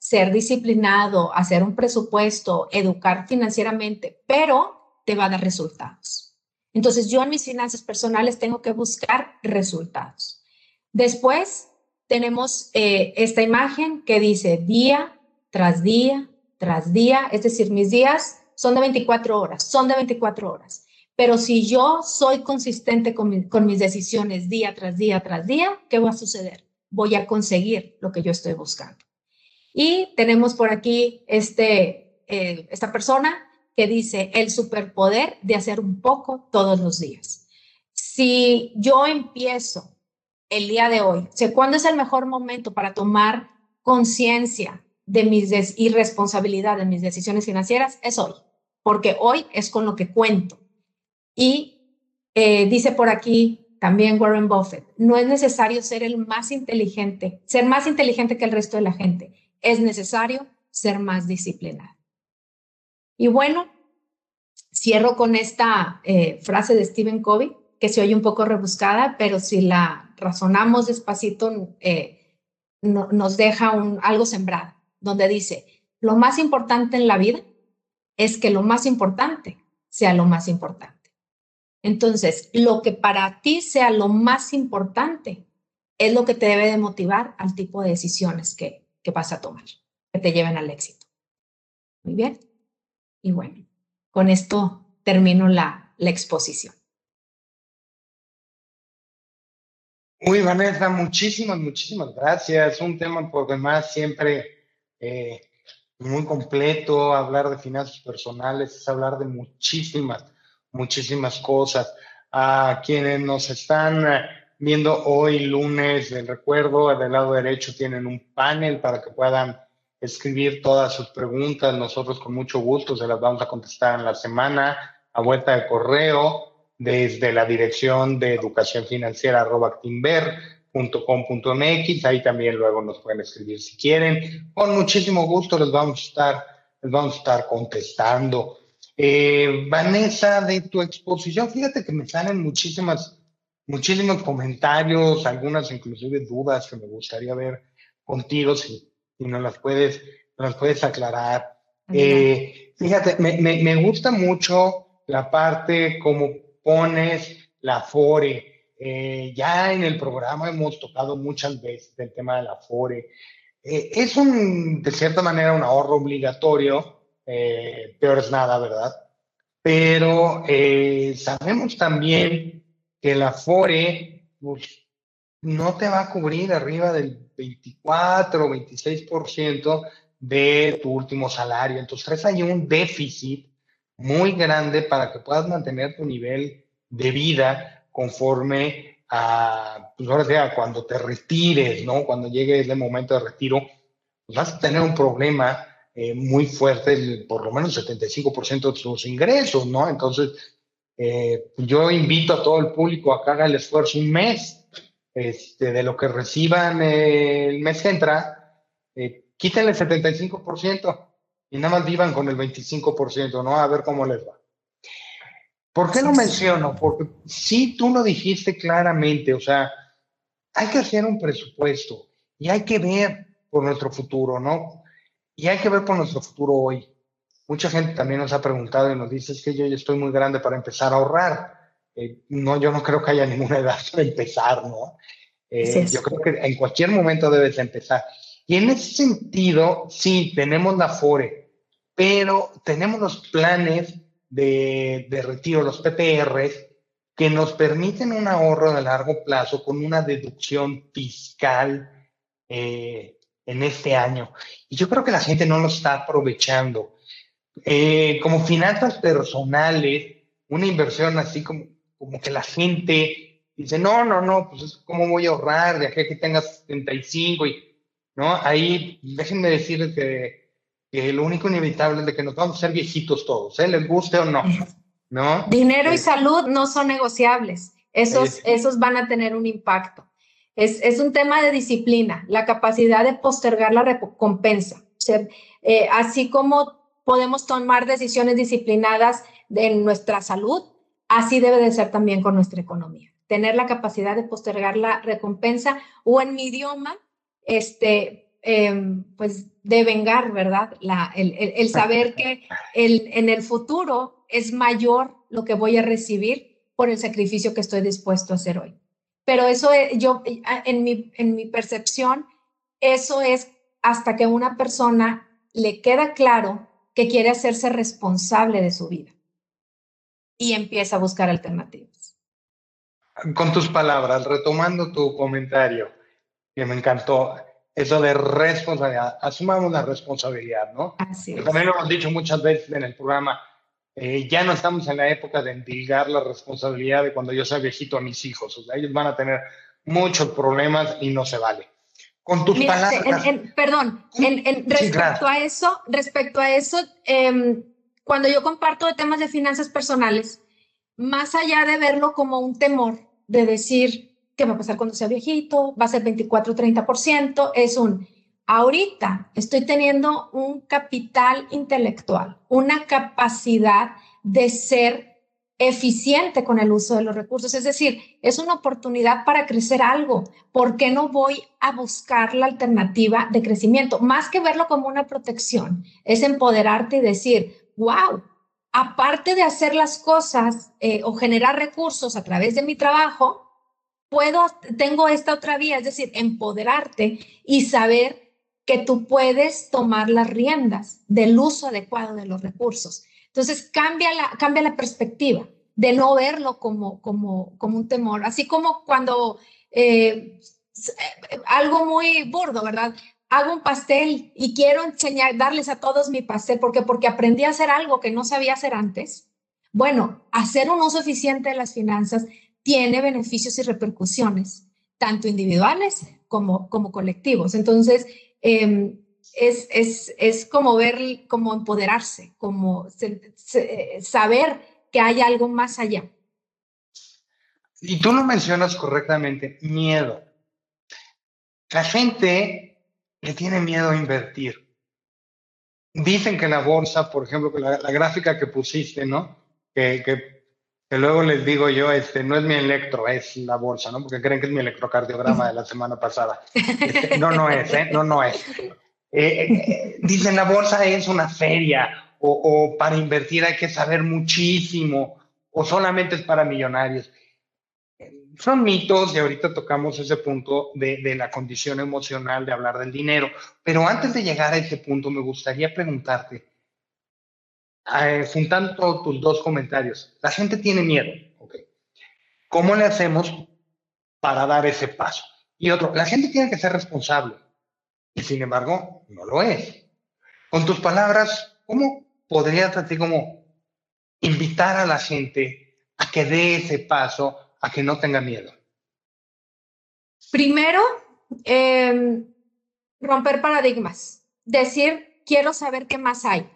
ser disciplinado, hacer un presupuesto, educar financieramente, pero te va a dar resultados. Entonces, yo en mis finanzas personales tengo que buscar resultados. Después tenemos eh, esta imagen que dice día tras día tras día, es decir, mis días son de veinticuatro horas, son de veinticuatro horas. Pero si yo soy consistente con, mi, con mis decisiones día tras día tras día, ¿qué va a suceder? Voy a conseguir lo que yo estoy buscando. Y tenemos por aquí este, eh, esta persona que dice el superpoder de hacer un poco todos los días. Si yo empiezo el día de hoy, sé cuándo es el mejor momento para tomar conciencia de mis des- y responsabilidad de mis decisiones financieras, es hoy, porque hoy es con lo que cuento. Y eh, dice por aquí también Warren Buffett, no es necesario ser el más inteligente, ser más inteligente que el resto de la gente, es necesario ser más disciplinado. Y bueno, cierro con esta eh, frase de Stephen Covey, que se oye un poco rebuscada, pero si la razonamos despacito, eh, no, nos deja un, algo sembrado, donde dice, lo más importante en la vida es que lo más importante sea lo más importante. Entonces, lo que para ti sea lo más importante es lo que te debe de motivar al tipo de decisiones que, que vas a tomar, que te lleven al éxito. Muy bien. Y bueno, con esto termino la, la exposición. Uy, Vanessa, muchísimas, muchísimas gracias. Un tema por demás siempre eh, muy completo. Hablar de finanzas personales es hablar de muchísimas, muchísimas cosas. A quienes nos están eh, viendo hoy, lunes, les recuerdo, del lado derecho tienen un panel para que puedan escribir todas sus preguntas. Nosotros con mucho gusto se las vamos a contestar en la semana a vuelta de correo desde la dirección de educación financiera arroba actinver punto com punto m x. Ahí también luego nos pueden escribir si quieren. Con muchísimo gusto les vamos a estar, les vamos a estar contestando. Eh, Vanessa, de tu exposición, fíjate que me salen muchísimas, muchísimos comentarios, algunas inclusive dudas que me gustaría ver contigo, si, si nos las puedes, nos las puedes aclarar. Eh, fíjate, me, me, me gusta mucho la parte como pones la Afore. Eh, ya en el programa hemos tocado muchas veces el tema de la Afore. Eh, es un, de cierta manera, un ahorro obligatorio, eh, peor es nada, ¿verdad? Pero eh, sabemos también que la Afore pues, no te va a cubrir arriba del veinticuatro o veintiséis por ciento de tu último salario. Entonces, hay un déficit muy grande para que puedas mantener tu nivel de vida conforme a, pues ahora sea, cuando te retires, ¿no? Cuando llegue ese momento de retiro, pues vas a tener un problema eh, muy fuerte, por lo menos setenta y cinco por ciento de tus ingresos, ¿no? Entonces, eh, yo invito a todo el público a que haga el esfuerzo un mes, este, de lo que reciban eh, el mes que entra, eh, quítenle el setenta y cinco por ciento y nada más vivan con el veinticinco por ciento, ¿no? A ver cómo les va. ¿Por qué lo menciono? Porque sí, tú lo dijiste claramente, o sea, hay que hacer un presupuesto y hay que ver por nuestro futuro, ¿no? Y hay que ver por nuestro futuro hoy. Mucha gente también nos ha preguntado y nos dice, es que yo ya estoy muy grande para empezar a ahorrar. Eh, no, yo no creo que haya ninguna edad para empezar, ¿no? Eh, yo creo que en cualquier momento debes empezar. Y en ese sentido, sí, tenemos la Afore, pero tenemos los planes de, de retiro, los P P Rs, que nos permiten un ahorro de largo plazo con una deducción fiscal eh, en este año. Y yo creo que la gente no lo está aprovechando. Eh, como finanzas personales, una inversión así como, como que la gente dice, no, no, no, pues cómo voy a ahorrar de aquí a que tengas setenta y cinco y, ¿no? Ahí déjenme decirles que, que lo único inevitable es de que nos vamos a ser viejitos todos, ¿eh? Les guste o no, ¿no? Dinero eh, y salud no son negociables, esos, eh, esos van a tener un impacto. Es, es un tema de disciplina, la capacidad de postergar la recompensa. O sea, eh, así como podemos tomar decisiones disciplinadas de nuestra salud, así debe de ser también con nuestra economía. Tener la capacidad de postergar la recompensa o en mi idioma, este, eh, pues, devengar, ¿verdad? La, el, el, el saber que el, en el futuro es mayor lo que voy a recibir por el sacrificio que estoy dispuesto a hacer hoy. Pero eso, es, yo, en mi, en mi percepción, eso es hasta que a una persona le queda claro que quiere hacerse responsable de su vida y empieza a buscar alternativas. Con tus palabras, retomando tu comentario, que me encantó, eso de responsabilidad, asumamos la responsabilidad, ¿no? Así es. También lo hemos dicho muchas veces en el programa, eh, ya no estamos en la época de endilgar la responsabilidad de cuando yo sea viejito a mis hijos, o sea, ellos van a tener muchos problemas y no se vale. Con tus Mira, palabras. En, en, perdón, en, en, respecto sí, claro. a eso, respecto a eso, eh, cuando yo comparto de temas de finanzas personales, más allá de verlo como un temor, de decir, ¿qué va a pasar cuando sea viejito? Va a ser veinticuatro, treinta por ciento, es un, ahorita estoy teniendo un capital intelectual, una capacidad de ser eficiente con el uso de los recursos, es decir, es una oportunidad para crecer algo. ¿Por qué no voy a buscar la alternativa de crecimiento? Más que verlo como una protección, es empoderarte y decir, wow, aparte de hacer las cosas eh, o generar recursos a través de mi trabajo, puedo, tengo esta otra vía, es decir, empoderarte y saber que tú puedes tomar las riendas del uso adecuado de los recursos. Entonces, cambia la, cambia la perspectiva de no verlo como, como, como un temor, así como cuando eh, algo muy burdo, ¿verdad? Hago un pastel y quiero enseñar, darles a todos mi pastel, porque porque aprendí a hacer algo que no sabía hacer antes. Bueno, hacer un uso eficiente de las finanzas tiene beneficios y repercusiones, tanto individuales como, como colectivos. Entonces, eh, es, es, es como ver, como empoderarse, como se, se, saber que hay algo más allá. Y tú lo mencionas correctamente, miedo. La gente le tiene miedo a invertir. Dicen que la bolsa, por ejemplo, que la, la gráfica que pusiste, ¿no? Que, que, que luego les digo yo, este, no es mi electro, es la bolsa, ¿no? Porque creen que es mi electrocardiograma de la semana pasada. Este, no, no es, ¿eh? No, no es. Eh, eh, dicen la bolsa es una feria o, o para invertir hay que saber muchísimo o solamente es para millonarios. Son mitos y ahorita tocamos ese punto de, de la condición emocional de hablar del dinero. Pero antes de llegar a ese punto, me gustaría preguntarte, eh, juntando tus dos comentarios, la gente tiene miedo, ¿okay? ¿Cómo le hacemos para dar ese paso? Y otro, la gente tiene que ser responsable y sin embargo no lo es. Con tus palabras, ¿cómo podrías así como invitar a la gente a que dé ese paso, a que no tenga miedo? Primero, eh, romper paradigmas. Decir, quiero saber qué más hay.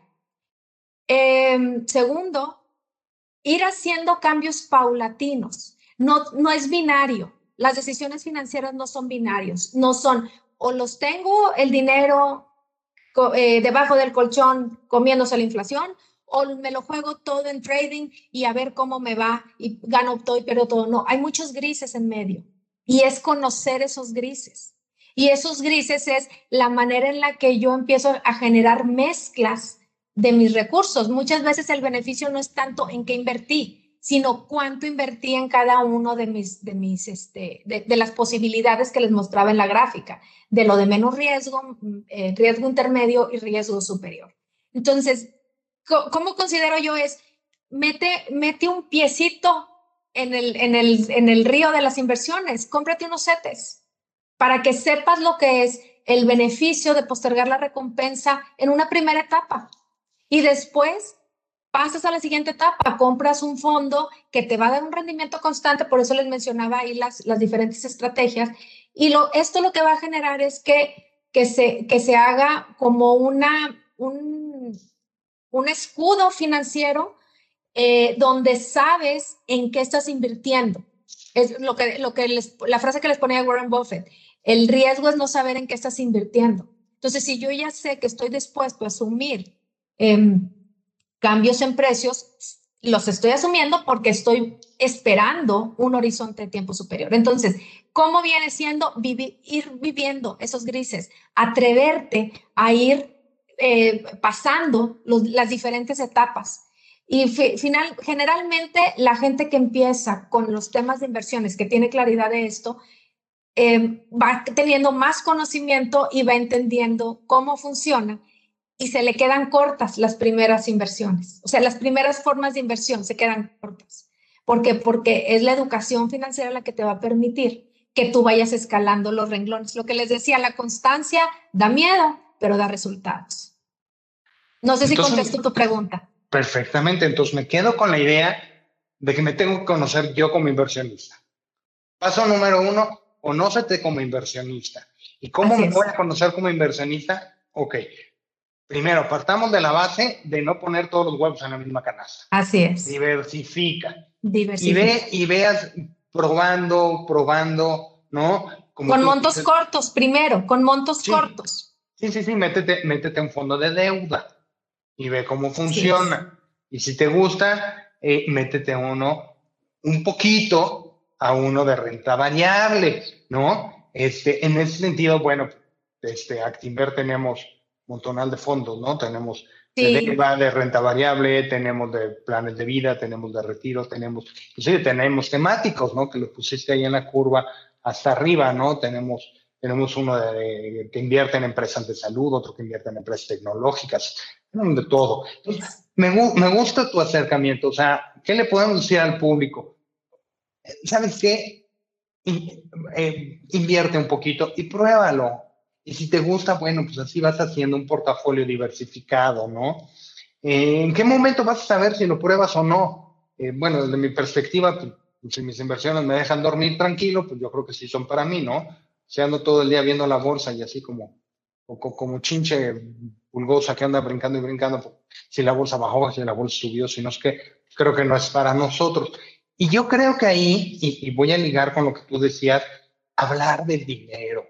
Eh, segundo, ir haciendo cambios paulatinos. No, no es binario. Las decisiones financieras no son binarios. No son, o los tengo el dinero eh, debajo del colchón comiéndose la inflación, o me lo juego todo en trading y a ver cómo me va y gano todo y pierdo todo. No, hay muchos grises en medio y es conocer esos grises. Y esos grises es la manera en la que yo empiezo a generar mezclas de mis recursos. Muchas veces el beneficio no es tanto en qué invertí, sino cuánto invertí en cada uno de mis, de mis, este, de, de las posibilidades que les mostraba en la gráfica, de lo de menos riesgo, eh, riesgo intermedio y riesgo superior. Entonces, ¿cómo considero yo es? Mete, mete un piecito en el, en, el, en el río de las inversiones, cómprate unos CETES para que sepas lo que es el beneficio de postergar la recompensa en una primera etapa. Y después pasas a la siguiente etapa, compras un fondo que te va a dar un rendimiento constante, por eso les mencionaba ahí las, las diferentes estrategias. Y lo, esto lo que va a generar es que, que, se, que se haga como una, un, un escudo financiero eh, donde sabes en qué estás invirtiendo. Es lo que, lo que les, la frase que les ponía Warren Buffett, el riesgo es no saber en qué estás invirtiendo. Entonces, si yo ya sé que estoy dispuesto a asumir eh, cambios en precios, los estoy asumiendo porque estoy esperando un horizonte de tiempo superior. Entonces, ¿cómo viene siendo vivir, ir viviendo esos grises? Atreverte a ir eh, pasando los, las diferentes etapas. Y fi, final, generalmente la gente que empieza con los temas de inversiones, que tiene claridad de esto, eh, va teniendo más conocimiento y va entendiendo cómo funciona. Y se le quedan cortas las primeras inversiones. O sea, las primeras formas de inversión se quedan cortas. ¿Por qué? Porque es la educación financiera la que te va a permitir que tú vayas escalando los renglones. Lo que les decía, la constancia da miedo, pero da resultados. No sé Entonces, si contesto tu pregunta. Perfectamente. Entonces me quedo con la idea de que me tengo que conocer yo como inversionista. Paso número uno, conócete como inversionista. ¿Y cómo Así me es. voy a conocer como inversionista? Ok. Primero, partamos de la base de no poner todos los huevos en la misma canasta. Así es. Diversifica. Diversifica. Y, ve, y veas probando, probando, ¿no? Como con montos dices, cortos primero, con montos sí, cortos. Sí, sí, sí, métete, métete en fondo de deuda y ve cómo funciona. Y si te gusta, eh, métete uno un poquito a uno de renta variable, ¿no? Este, en ese sentido, bueno, este, Actinver tenemos montonal de fondos, ¿no? Tenemos sí. de deuda, de renta variable, tenemos de planes de vida, tenemos de retiro, tenemos, inclusive tenemos temáticos, ¿no? Que lo pusiste ahí en la curva hasta arriba, ¿no? Tenemos, tenemos uno de, de, que invierte en empresas de salud, otro que invierte en empresas tecnológicas, de todo. Entonces, me, me gusta tu acercamiento, o sea, ¿qué le podemos decir al público? ¿Sabes qué? In, eh, invierte un poquito y pruébalo. Y si te gusta, bueno, pues así vas haciendo un portafolio diversificado, ¿no? Eh, ¿En qué momento vas a saber si lo pruebas o no? Eh, bueno, desde mi perspectiva, pues, si mis inversiones me dejan dormir tranquilo, pues yo creo que sí son para mí, ¿no? Si ando todo el día viendo la bolsa y así como, como, como chinche pulgosa que anda brincando y brincando, pues, si la bolsa bajó, si la bolsa subió, si no es que creo que no es para nosotros. Y yo creo que ahí, y, y voy a ligar con lo que tú decías, hablar del dinero.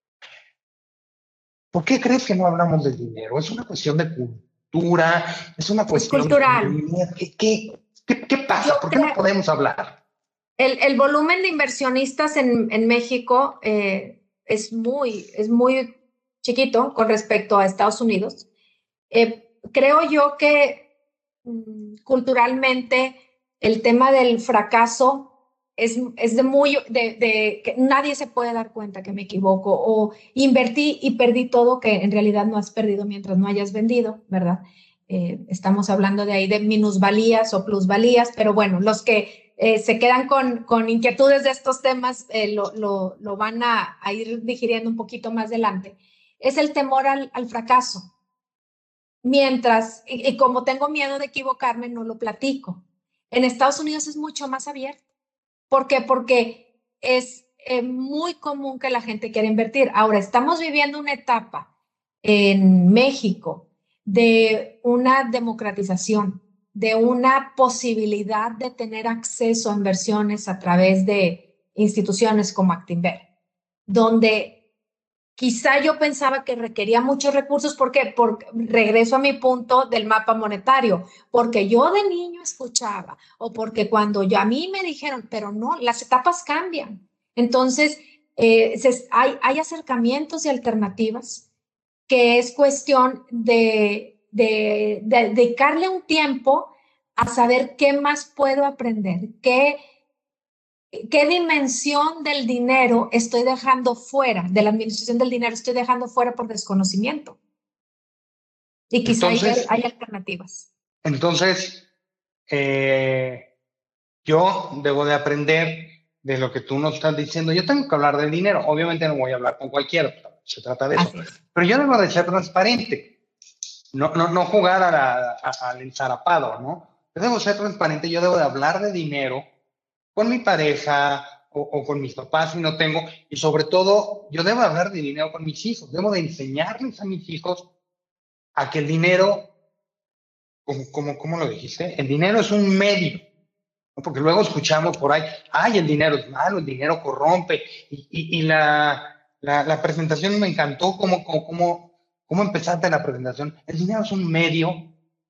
¿Por qué crees que no hablamos del dinero? Es una cuestión de cultura, es una cuestión es cultural. de... ¿Qué, qué, qué, qué pasa? Yo ¿Por qué creo, no podemos hablar? El, el volumen de inversionistas en, en México eh, es, muy, es muy chiquito con respecto a Estados Unidos. Eh, creo yo que mm, culturalmente el tema del fracaso Es, es de muy, de, de que nadie se puede dar cuenta que me equivoco o invertí y perdí todo que en realidad no has perdido mientras no hayas vendido, ¿verdad? Eh, estamos hablando de ahí de minusvalías o plusvalías, pero bueno, los que eh, se quedan con, con inquietudes de estos temas eh, lo, lo, lo van a, a ir digiriendo un poquito más adelante. Es el temor al, al fracaso. Mientras, y, y como tengo miedo de equivocarme, no lo platico. En Estados Unidos es mucho más abierto. ¿Por qué? Porque es eh, muy común que la gente quiera invertir. Ahora, estamos viviendo una etapa en México de una democratización, de una posibilidad de tener acceso a inversiones a través de instituciones como Actinver, donde quizá yo pensaba que requería muchos recursos, porque, porque regreso a mi punto del mapa monetario, porque yo de niño escuchaba, o porque cuando yo, a mí me dijeron, pero no, las etapas cambian. Entonces, eh, se, hay, hay acercamientos y alternativas que es cuestión de, de, de dedicarle un tiempo a saber qué más puedo aprender, qué ¿Qué dimensión del dinero estoy dejando fuera, de la administración del dinero estoy dejando fuera por desconocimiento? Y quizá entonces, hay, hay alternativas. Entonces, eh, yo debo de aprender de lo que tú nos estás diciendo. Yo tengo que hablar del dinero. Obviamente no voy a hablar con cualquiera, se trata de eso. Pero yo debo de ser transparente. No, no, no jugar a la, a, al ensarapado, ¿no? Yo debo ser transparente, yo debo de hablar de dinero con mi pareja o, o con mis papás si no tengo, y sobre todo yo debo hablar de dinero con mis hijos, debo de enseñarles a mis hijos a que el dinero, como, como, ¿cómo lo dijiste? El dinero es un medio, ¿no? Porque luego escuchamos por ahí, ay, el dinero es malo, el dinero corrompe, y, y, y la, la, la presentación me encantó, cómo, cómo, cómo, cómo empezaste la presentación. El dinero es un medio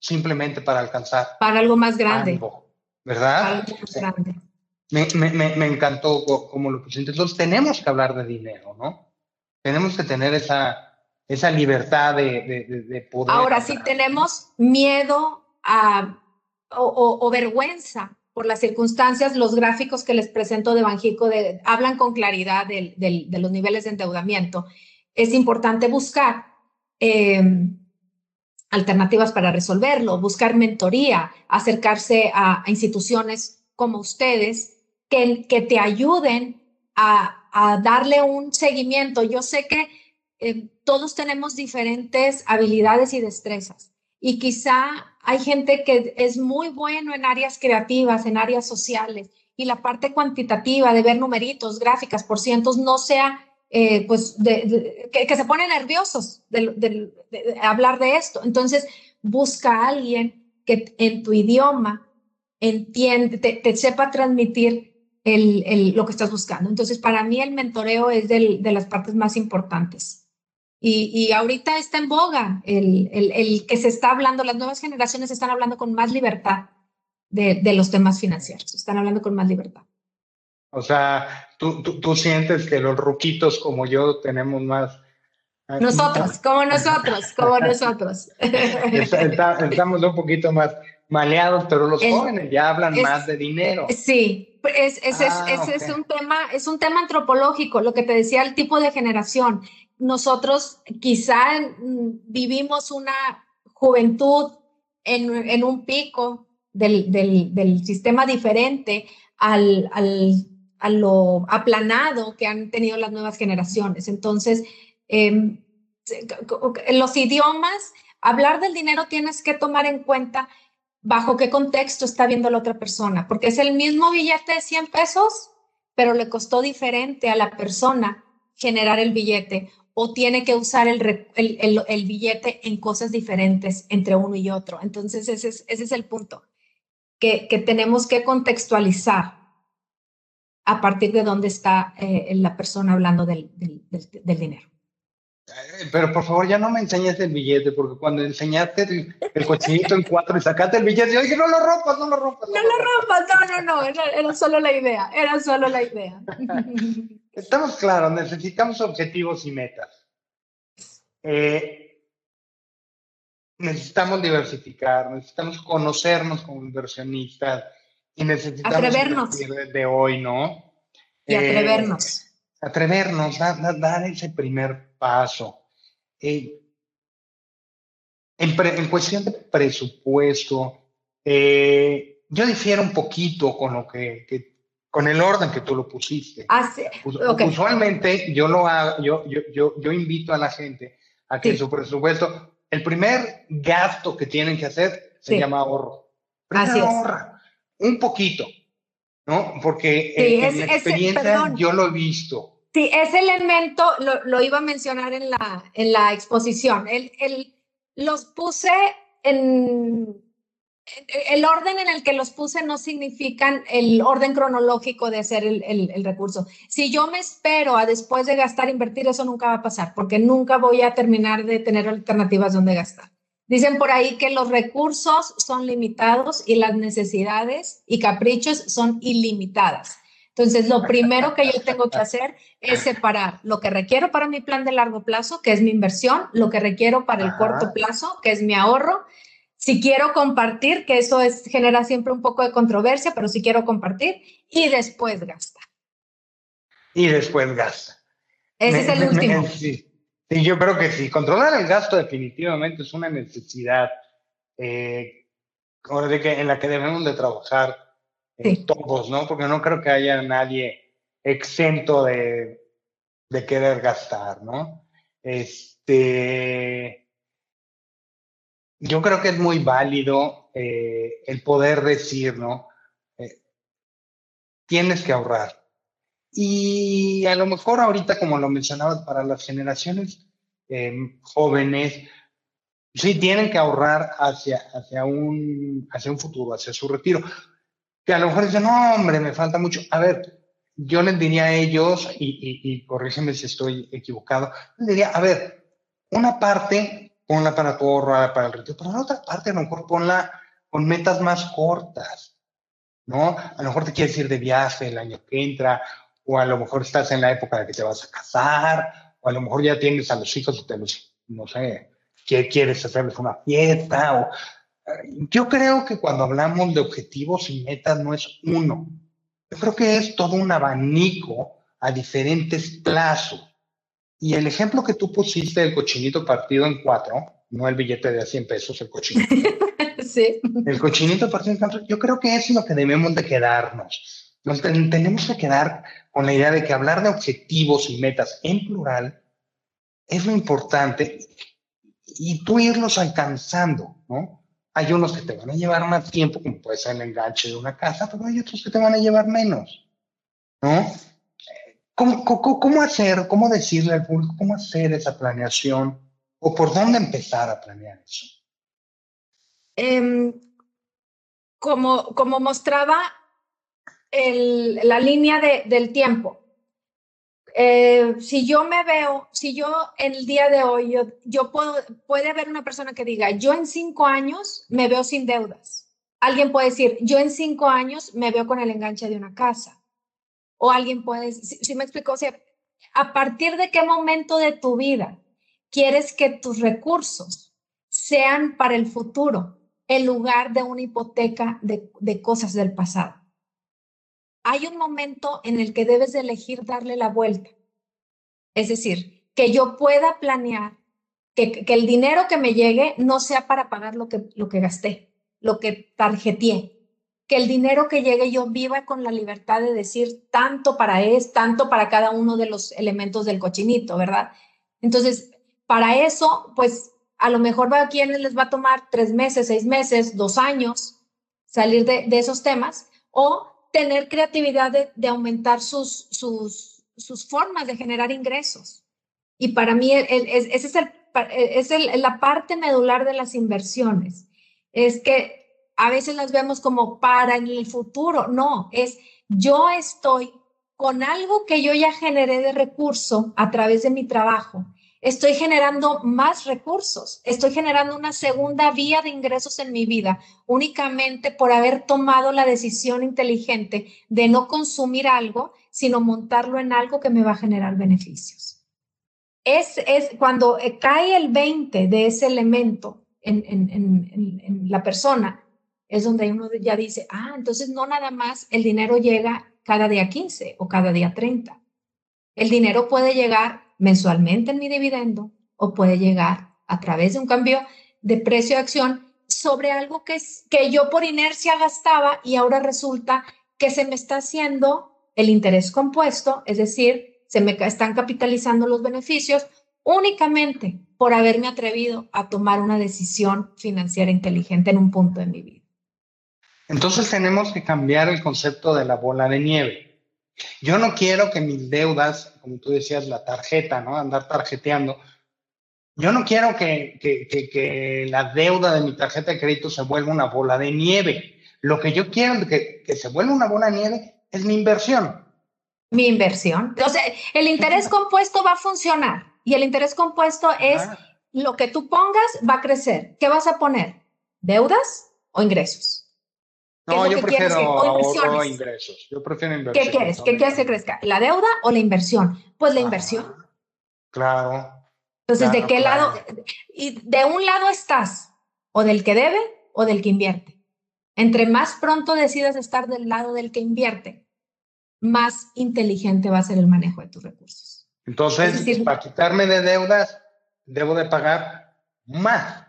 simplemente para alcanzar para algo más grande. Algo, ¿verdad? Para algo más grande. Me, me, me encantó cómo lo pusiste. Entonces tenemos que hablar de dinero, ¿no? Tenemos que tener esa, esa libertad de, de, de poder. Ahora, si tenemos miedo a, o, o, o vergüenza por las circunstancias, los gráficos que les presento de Banjico de, hablan con claridad de, de, de los niveles de endeudamiento. Es importante buscar eh, alternativas para resolverlo, buscar mentoría, acercarse a, a instituciones como ustedes que, que te ayuden a, a darle un seguimiento. Yo sé que eh, todos tenemos diferentes habilidades y destrezas y quizá hay gente que es muy bueno en áreas creativas, en áreas sociales y la parte cuantitativa de ver numeritos, gráficas, por cientos no sea eh, pues de, de, que, que se ponen nerviosos de, de, de, de hablar de esto. Entonces busca a alguien que en tu idioma entiende, te, te sepa transmitir El, el, lo que estás buscando. Entonces, para mí el mentoreo es del, de las partes más importantes. Y, y ahorita está en boga el, el, el que se está hablando, las nuevas generaciones están hablando con más libertad de, de los temas financieros, están hablando con más libertad. O sea, tú, tú, tú sientes que los ruquitos como yo tenemos más... Nosotros, como nosotros, como nosotros. Está, estamos un poquito más maleados, pero los el, jóvenes ya hablan es, más de dinero. Sí, es, es, ah, es, okay. es, un tema, es un tema antropológico, lo que te decía, el tipo de generación. Nosotros quizá vivimos una juventud en, en un pico del, del, del sistema diferente al, al, a lo aplanado que han tenido las nuevas generaciones. Entonces, eh, los idiomas, hablar del dinero tienes que tomar en cuenta bajo qué contexto está viendo la otra persona, porque es el mismo billete de cien pesos, pero le costó diferente a la persona generar el billete o tiene que usar el, el, el, el billete en cosas diferentes entre uno y otro. Entonces ese es, ese es el punto, que, que tenemos que contextualizar a partir de dónde está eh, la persona hablando del, del, del, del dinero. Pero por favor ya no me enseñes el billete, porque cuando enseñaste el, el cochinito en cuatro y sacaste el billete, yo dije, no lo rompas, no lo rompas. No, no lo rompas, no, no, no, era, era solo la idea, era solo la idea. Estamos claros, necesitamos objetivos y metas. Eh, necesitamos diversificar, necesitamos conocernos como inversionistas y necesitamos atrevernos desde hoy, ¿no? Y atrevernos. Eh, atrevernos, dar, dar, dar ese primer paso. Eh, en, pre, en cuestión de presupuesto, eh, yo difiero un poquito con lo que, que con el orden que tú lo pusiste. Ah, sí. Okay. Usualmente yo lo hago, yo, yo, yo, yo invito a la gente a que sí. su presupuesto, el primer gasto que tienen que hacer se sí. llama ahorro. Primero Así es. ahorra un poquito, ¿no? Porque sí, en, es, en mi experiencia es, yo lo he visto. Sí, ese elemento lo, lo iba a mencionar en la, en la exposición. El, el, los puse en... El orden en el que los puse no significan el orden cronológico de hacer el, el, el recurso. Si yo me espero a después de gastar, invertir, eso nunca va a pasar, porque nunca voy a terminar de tener alternativas donde gastar. Dicen por ahí que los recursos son limitados y las necesidades y caprichos son ilimitadas. Entonces, lo primero que yo tengo que hacer es separar lo que requiero para mi plan de largo plazo, que es mi inversión, lo que requiero para el Ajá. corto plazo, que es mi ahorro. Si quiero compartir, que eso es, genera siempre un poco de controversia, pero si quiero compartir, y después gasta. Y después gasta. Ese me, es el me, último. Me, sí. sí, yo creo que sí. Controlar el gasto definitivamente es una necesidad eh, de que, en la que debemos de trabajar eh, sí. todos, ¿no? Porque no creo que haya nadie exento de, de querer gastar, ¿no? Este... Yo creo que es muy válido eh, el poder decir, ¿no? Eh, tienes que ahorrar. Y a lo mejor ahorita, como lo mencionabas, para las generaciones eh, jóvenes, sí tienen que ahorrar hacia, hacia, un, hacia un futuro, hacia su retiro. Que a lo mejor dicen, no, hombre, me falta mucho. A ver, yo les diría a ellos, y, y, y corrígeme si estoy equivocado, les diría, a ver, una parte ponla para tu ahorro, para el retiro, pero en la otra parte a lo mejor ponla con metas más cortas, ¿no? A lo mejor te quieres ir de viaje el año que entra, o a lo mejor estás en la época de que te vas a casar, o a lo mejor ya tienes a los hijos y te los, no sé, que quieres hacerles una fiesta. O, yo creo que cuando hablamos de objetivos y metas no es uno. Yo creo que es todo un abanico a diferentes plazos. Y el ejemplo que tú pusiste del cochinito partido en cuatro, no el billete de cien pesos, el cochinito. Sí. El cochinito partido en cuatro, yo creo que es lo que debemos de quedarnos. Nos ten, tenemos que quedar con la idea de que hablar de objetivos y metas en plural es lo importante y tú irlos alcanzando, ¿no? Hay unos que te van a llevar más tiempo, como puede ser el enganche de una casa, pero hay otros que te van a llevar menos, ¿no? ¿Cómo, cómo, cómo hacer, cómo decirle al público, cómo hacer esa planeación o por dónde empezar a planear eso? Eh, como, como mostraba el, la línea de, del tiempo. Eh, si yo me veo, si yo en el día de hoy, yo, yo puedo, puede haber una persona que diga, yo en cinco años me veo sin deudas. Alguien puede decir, yo en cinco años me veo con el enganche de una casa. O alguien puede, si, si me explico, o sea, a partir de qué momento de tu vida quieres que tus recursos sean para el futuro, en lugar de una hipoteca de, de cosas del pasado. Hay un momento en el que debes de elegir darle la vuelta. Es decir, que yo pueda planear que, que el dinero que me llegue no sea para pagar lo que, lo que gasté, lo que tarjeteé. Que el dinero que llegue yo viva con la libertad de decir tanto para es, tanto para cada uno de los elementos del cochinito, ¿verdad? Entonces, para eso, pues a lo mejor a quienes les va a tomar tres meses, seis meses, dos años salir de, de esos temas o tener creatividad de, de aumentar sus, sus, sus formas de generar ingresos. Y para mí, el, el, ese es, el, es el, la parte medular de las inversiones. Es que a veces las vemos como para en el futuro. No, es yo estoy con algo que yo ya generé de recurso a través de mi trabajo. Estoy generando más recursos, estoy generando una segunda vía de ingresos en mi vida, únicamente por haber tomado la decisión inteligente de no consumir algo, sino montarlo en algo que me va a generar beneficios. Es, es cuando cae el veinte de ese elemento en, en, en, en la persona, es donde uno ya dice, ah, entonces no nada más el dinero llega cada día quince o cada día treinta. El dinero puede llegar mensualmente en mi dividendo o puede llegar a través de un cambio de precio de acción sobre algo que, es, que yo por inercia gastaba y ahora resulta que se me está haciendo el interés compuesto, es decir, se me están capitalizando los beneficios únicamente por haberme atrevido a tomar una decisión financiera inteligente en un punto de mi vida. Entonces tenemos que cambiar el concepto de la bola de nieve. Yo no quiero que mis deudas, como tú decías, la tarjeta, ¿no? Andar tarjeteando. Yo no quiero que, que, que, que la deuda de mi tarjeta de crédito se vuelva una bola de nieve. Lo que yo quiero que, que se vuelva una bola de nieve es mi inversión. Mi inversión. O sea, el interés compuesto va a funcionar y el interés compuesto es ah. lo que tú pongas va a crecer. ¿Qué vas a poner? ¿Deudas o ingresos? No, yo prefiero ahorro ingresos. Yo prefiero inversiones. ¿Qué quieres? ¿Qué quieres que crezca? ¿La deuda o la inversión? Pues la ah, inversión. Claro. Entonces, claro, ¿de qué claro. lado? Y de un lado estás, o del que debe o del que invierte. Entre más pronto decidas estar del lado del que invierte, más inteligente va a ser el manejo de tus recursos. Entonces, es decir, para quitarme de deudas, debo de pagar más.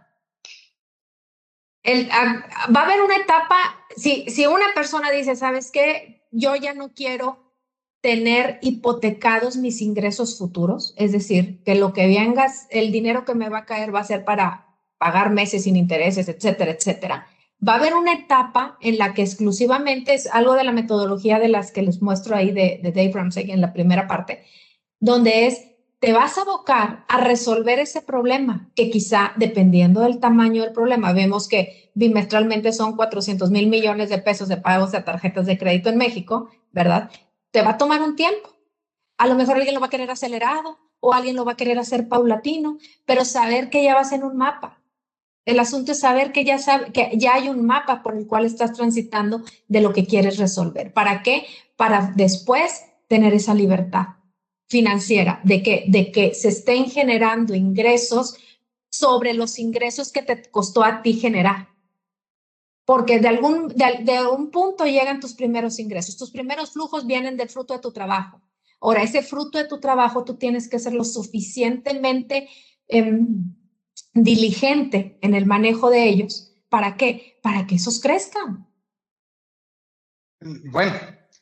El, a, va a haber una etapa, si, si una persona dice, ¿sabes qué? Yo ya no quiero tener hipotecados mis ingresos futuros, es decir, que lo que vengas, el dinero que me va a caer va a ser para pagar meses sin intereses, etcétera, etcétera. Va a haber una etapa en la que exclusivamente es algo de la metodología de las que les muestro ahí de, de Dave Ramsey en la primera parte, donde es, te vas a abocar a resolver ese problema, que quizá dependiendo del tamaño del problema, vemos que bimestralmente son cuatrocientos mil millones de pesos de pagos de tarjetas de crédito en México, ¿verdad? Te va a tomar un tiempo. A lo mejor alguien lo va a querer acelerado, o alguien lo va a querer hacer paulatino, pero saber que ya vas en un mapa. El asunto es saber que ya, sabe, que ya hay un mapa por el cual estás transitando de lo que quieres resolver. ¿Para qué? Para después tener esa libertad financiera, de que, de que se estén generando ingresos sobre los ingresos que te costó a ti generar. Porque de algún, de, de algún punto llegan tus primeros ingresos. Tus primeros flujos vienen del fruto de tu trabajo. Ahora, ese fruto de tu trabajo tú tienes que ser lo suficientemente eh, diligente en el manejo de ellos. ¿Para qué? Para que esos crezcan. Bueno,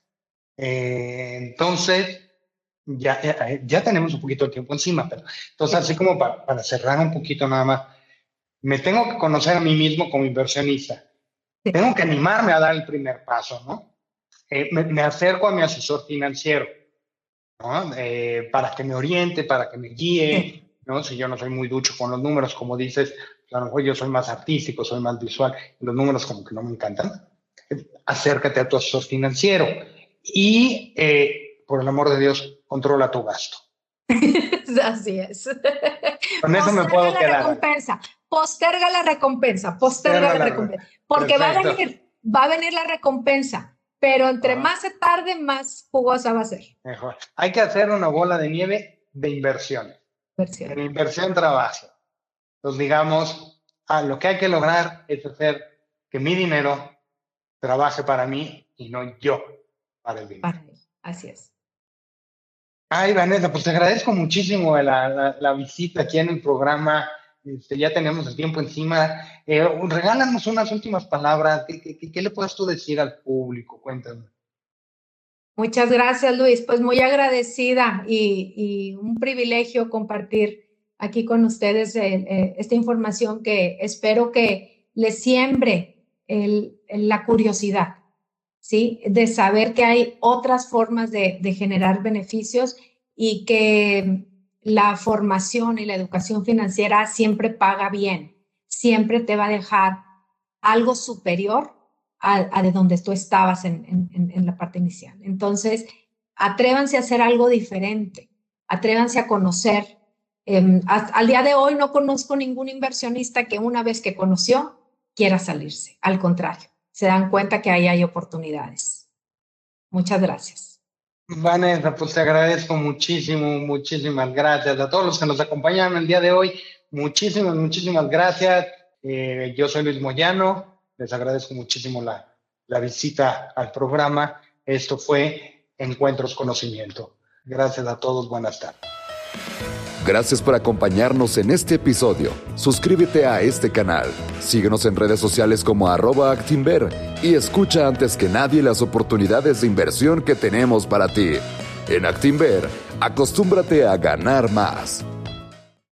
eh, entonces ya, ya, ya tenemos un poquito de tiempo encima, pero entonces así como para, para cerrar un poquito nada más, me tengo que conocer a mí mismo como inversionista. Sí. Tengo que animarme a dar el primer paso, ¿no? Eh, me, me acerco a mi asesor financiero, ¿no? Eh, para que me oriente, para que me guíe, sí. ¿no? Si yo no soy muy ducho con los números, como dices, a lo mejor yo soy más artístico, soy más visual, los números como que no me encantan. Acércate a tu asesor financiero y, eh, por el amor de Dios, controla tu gasto. Así es. Con eso me puedo la quedar. Recompensa. Posterga la recompensa, posterga, posterga la, la recompensa. Porque va a, venir, va a venir la recompensa, pero entre ah. más se tarde, más jugosa va a ser. Mejor. Hay que hacer una bola de nieve de inversiones. Inversión. En inversión trabajo. Entonces, digamos, ah, lo que hay que lograr es hacer que mi dinero trabaje para mí y no yo para el dinero. Para él. Así es. Ay, Vanessa, pues te agradezco muchísimo la, la, la visita aquí en el programa. Este, ya tenemos el tiempo encima. Eh, regálanos unas últimas palabras. ¿Qué, qué, ¿Qué le puedes tú decir al público? Cuéntame. Muchas gracias, Luis. Pues muy agradecida y, y un privilegio compartir aquí con ustedes eh, eh, esta información que espero que les siembre el, el, la curiosidad, ¿sí? De saber que hay otras formas de, de generar beneficios y que la formación y la educación financiera siempre paga bien, siempre te va a dejar algo superior a, a de donde tú estabas en, en, en la parte inicial. Entonces, atrévanse a hacer algo diferente, atrévanse a conocer. Eh, al día de hoy no conozco ningún inversionista que una vez que conoció quiera salirse. Al contrario, se dan cuenta que ahí hay oportunidades. Muchas gracias. Vanessa, pues te agradezco muchísimo, muchísimas gracias. A todos los que nos acompañaron el día de hoy, muchísimas, muchísimas gracias. Eh, yo soy Luis Moyano, les agradezco muchísimo la, la visita al programa. Esto fue Encuentros Conocimiento. Gracias a todos, buenas tardes. Gracias por acompañarnos en este episodio. Suscríbete a este canal, síguenos en redes sociales como arroba Actinver y escucha antes que nadie las oportunidades de inversión que tenemos para ti. En Actinver, acostúmbrate a ganar más.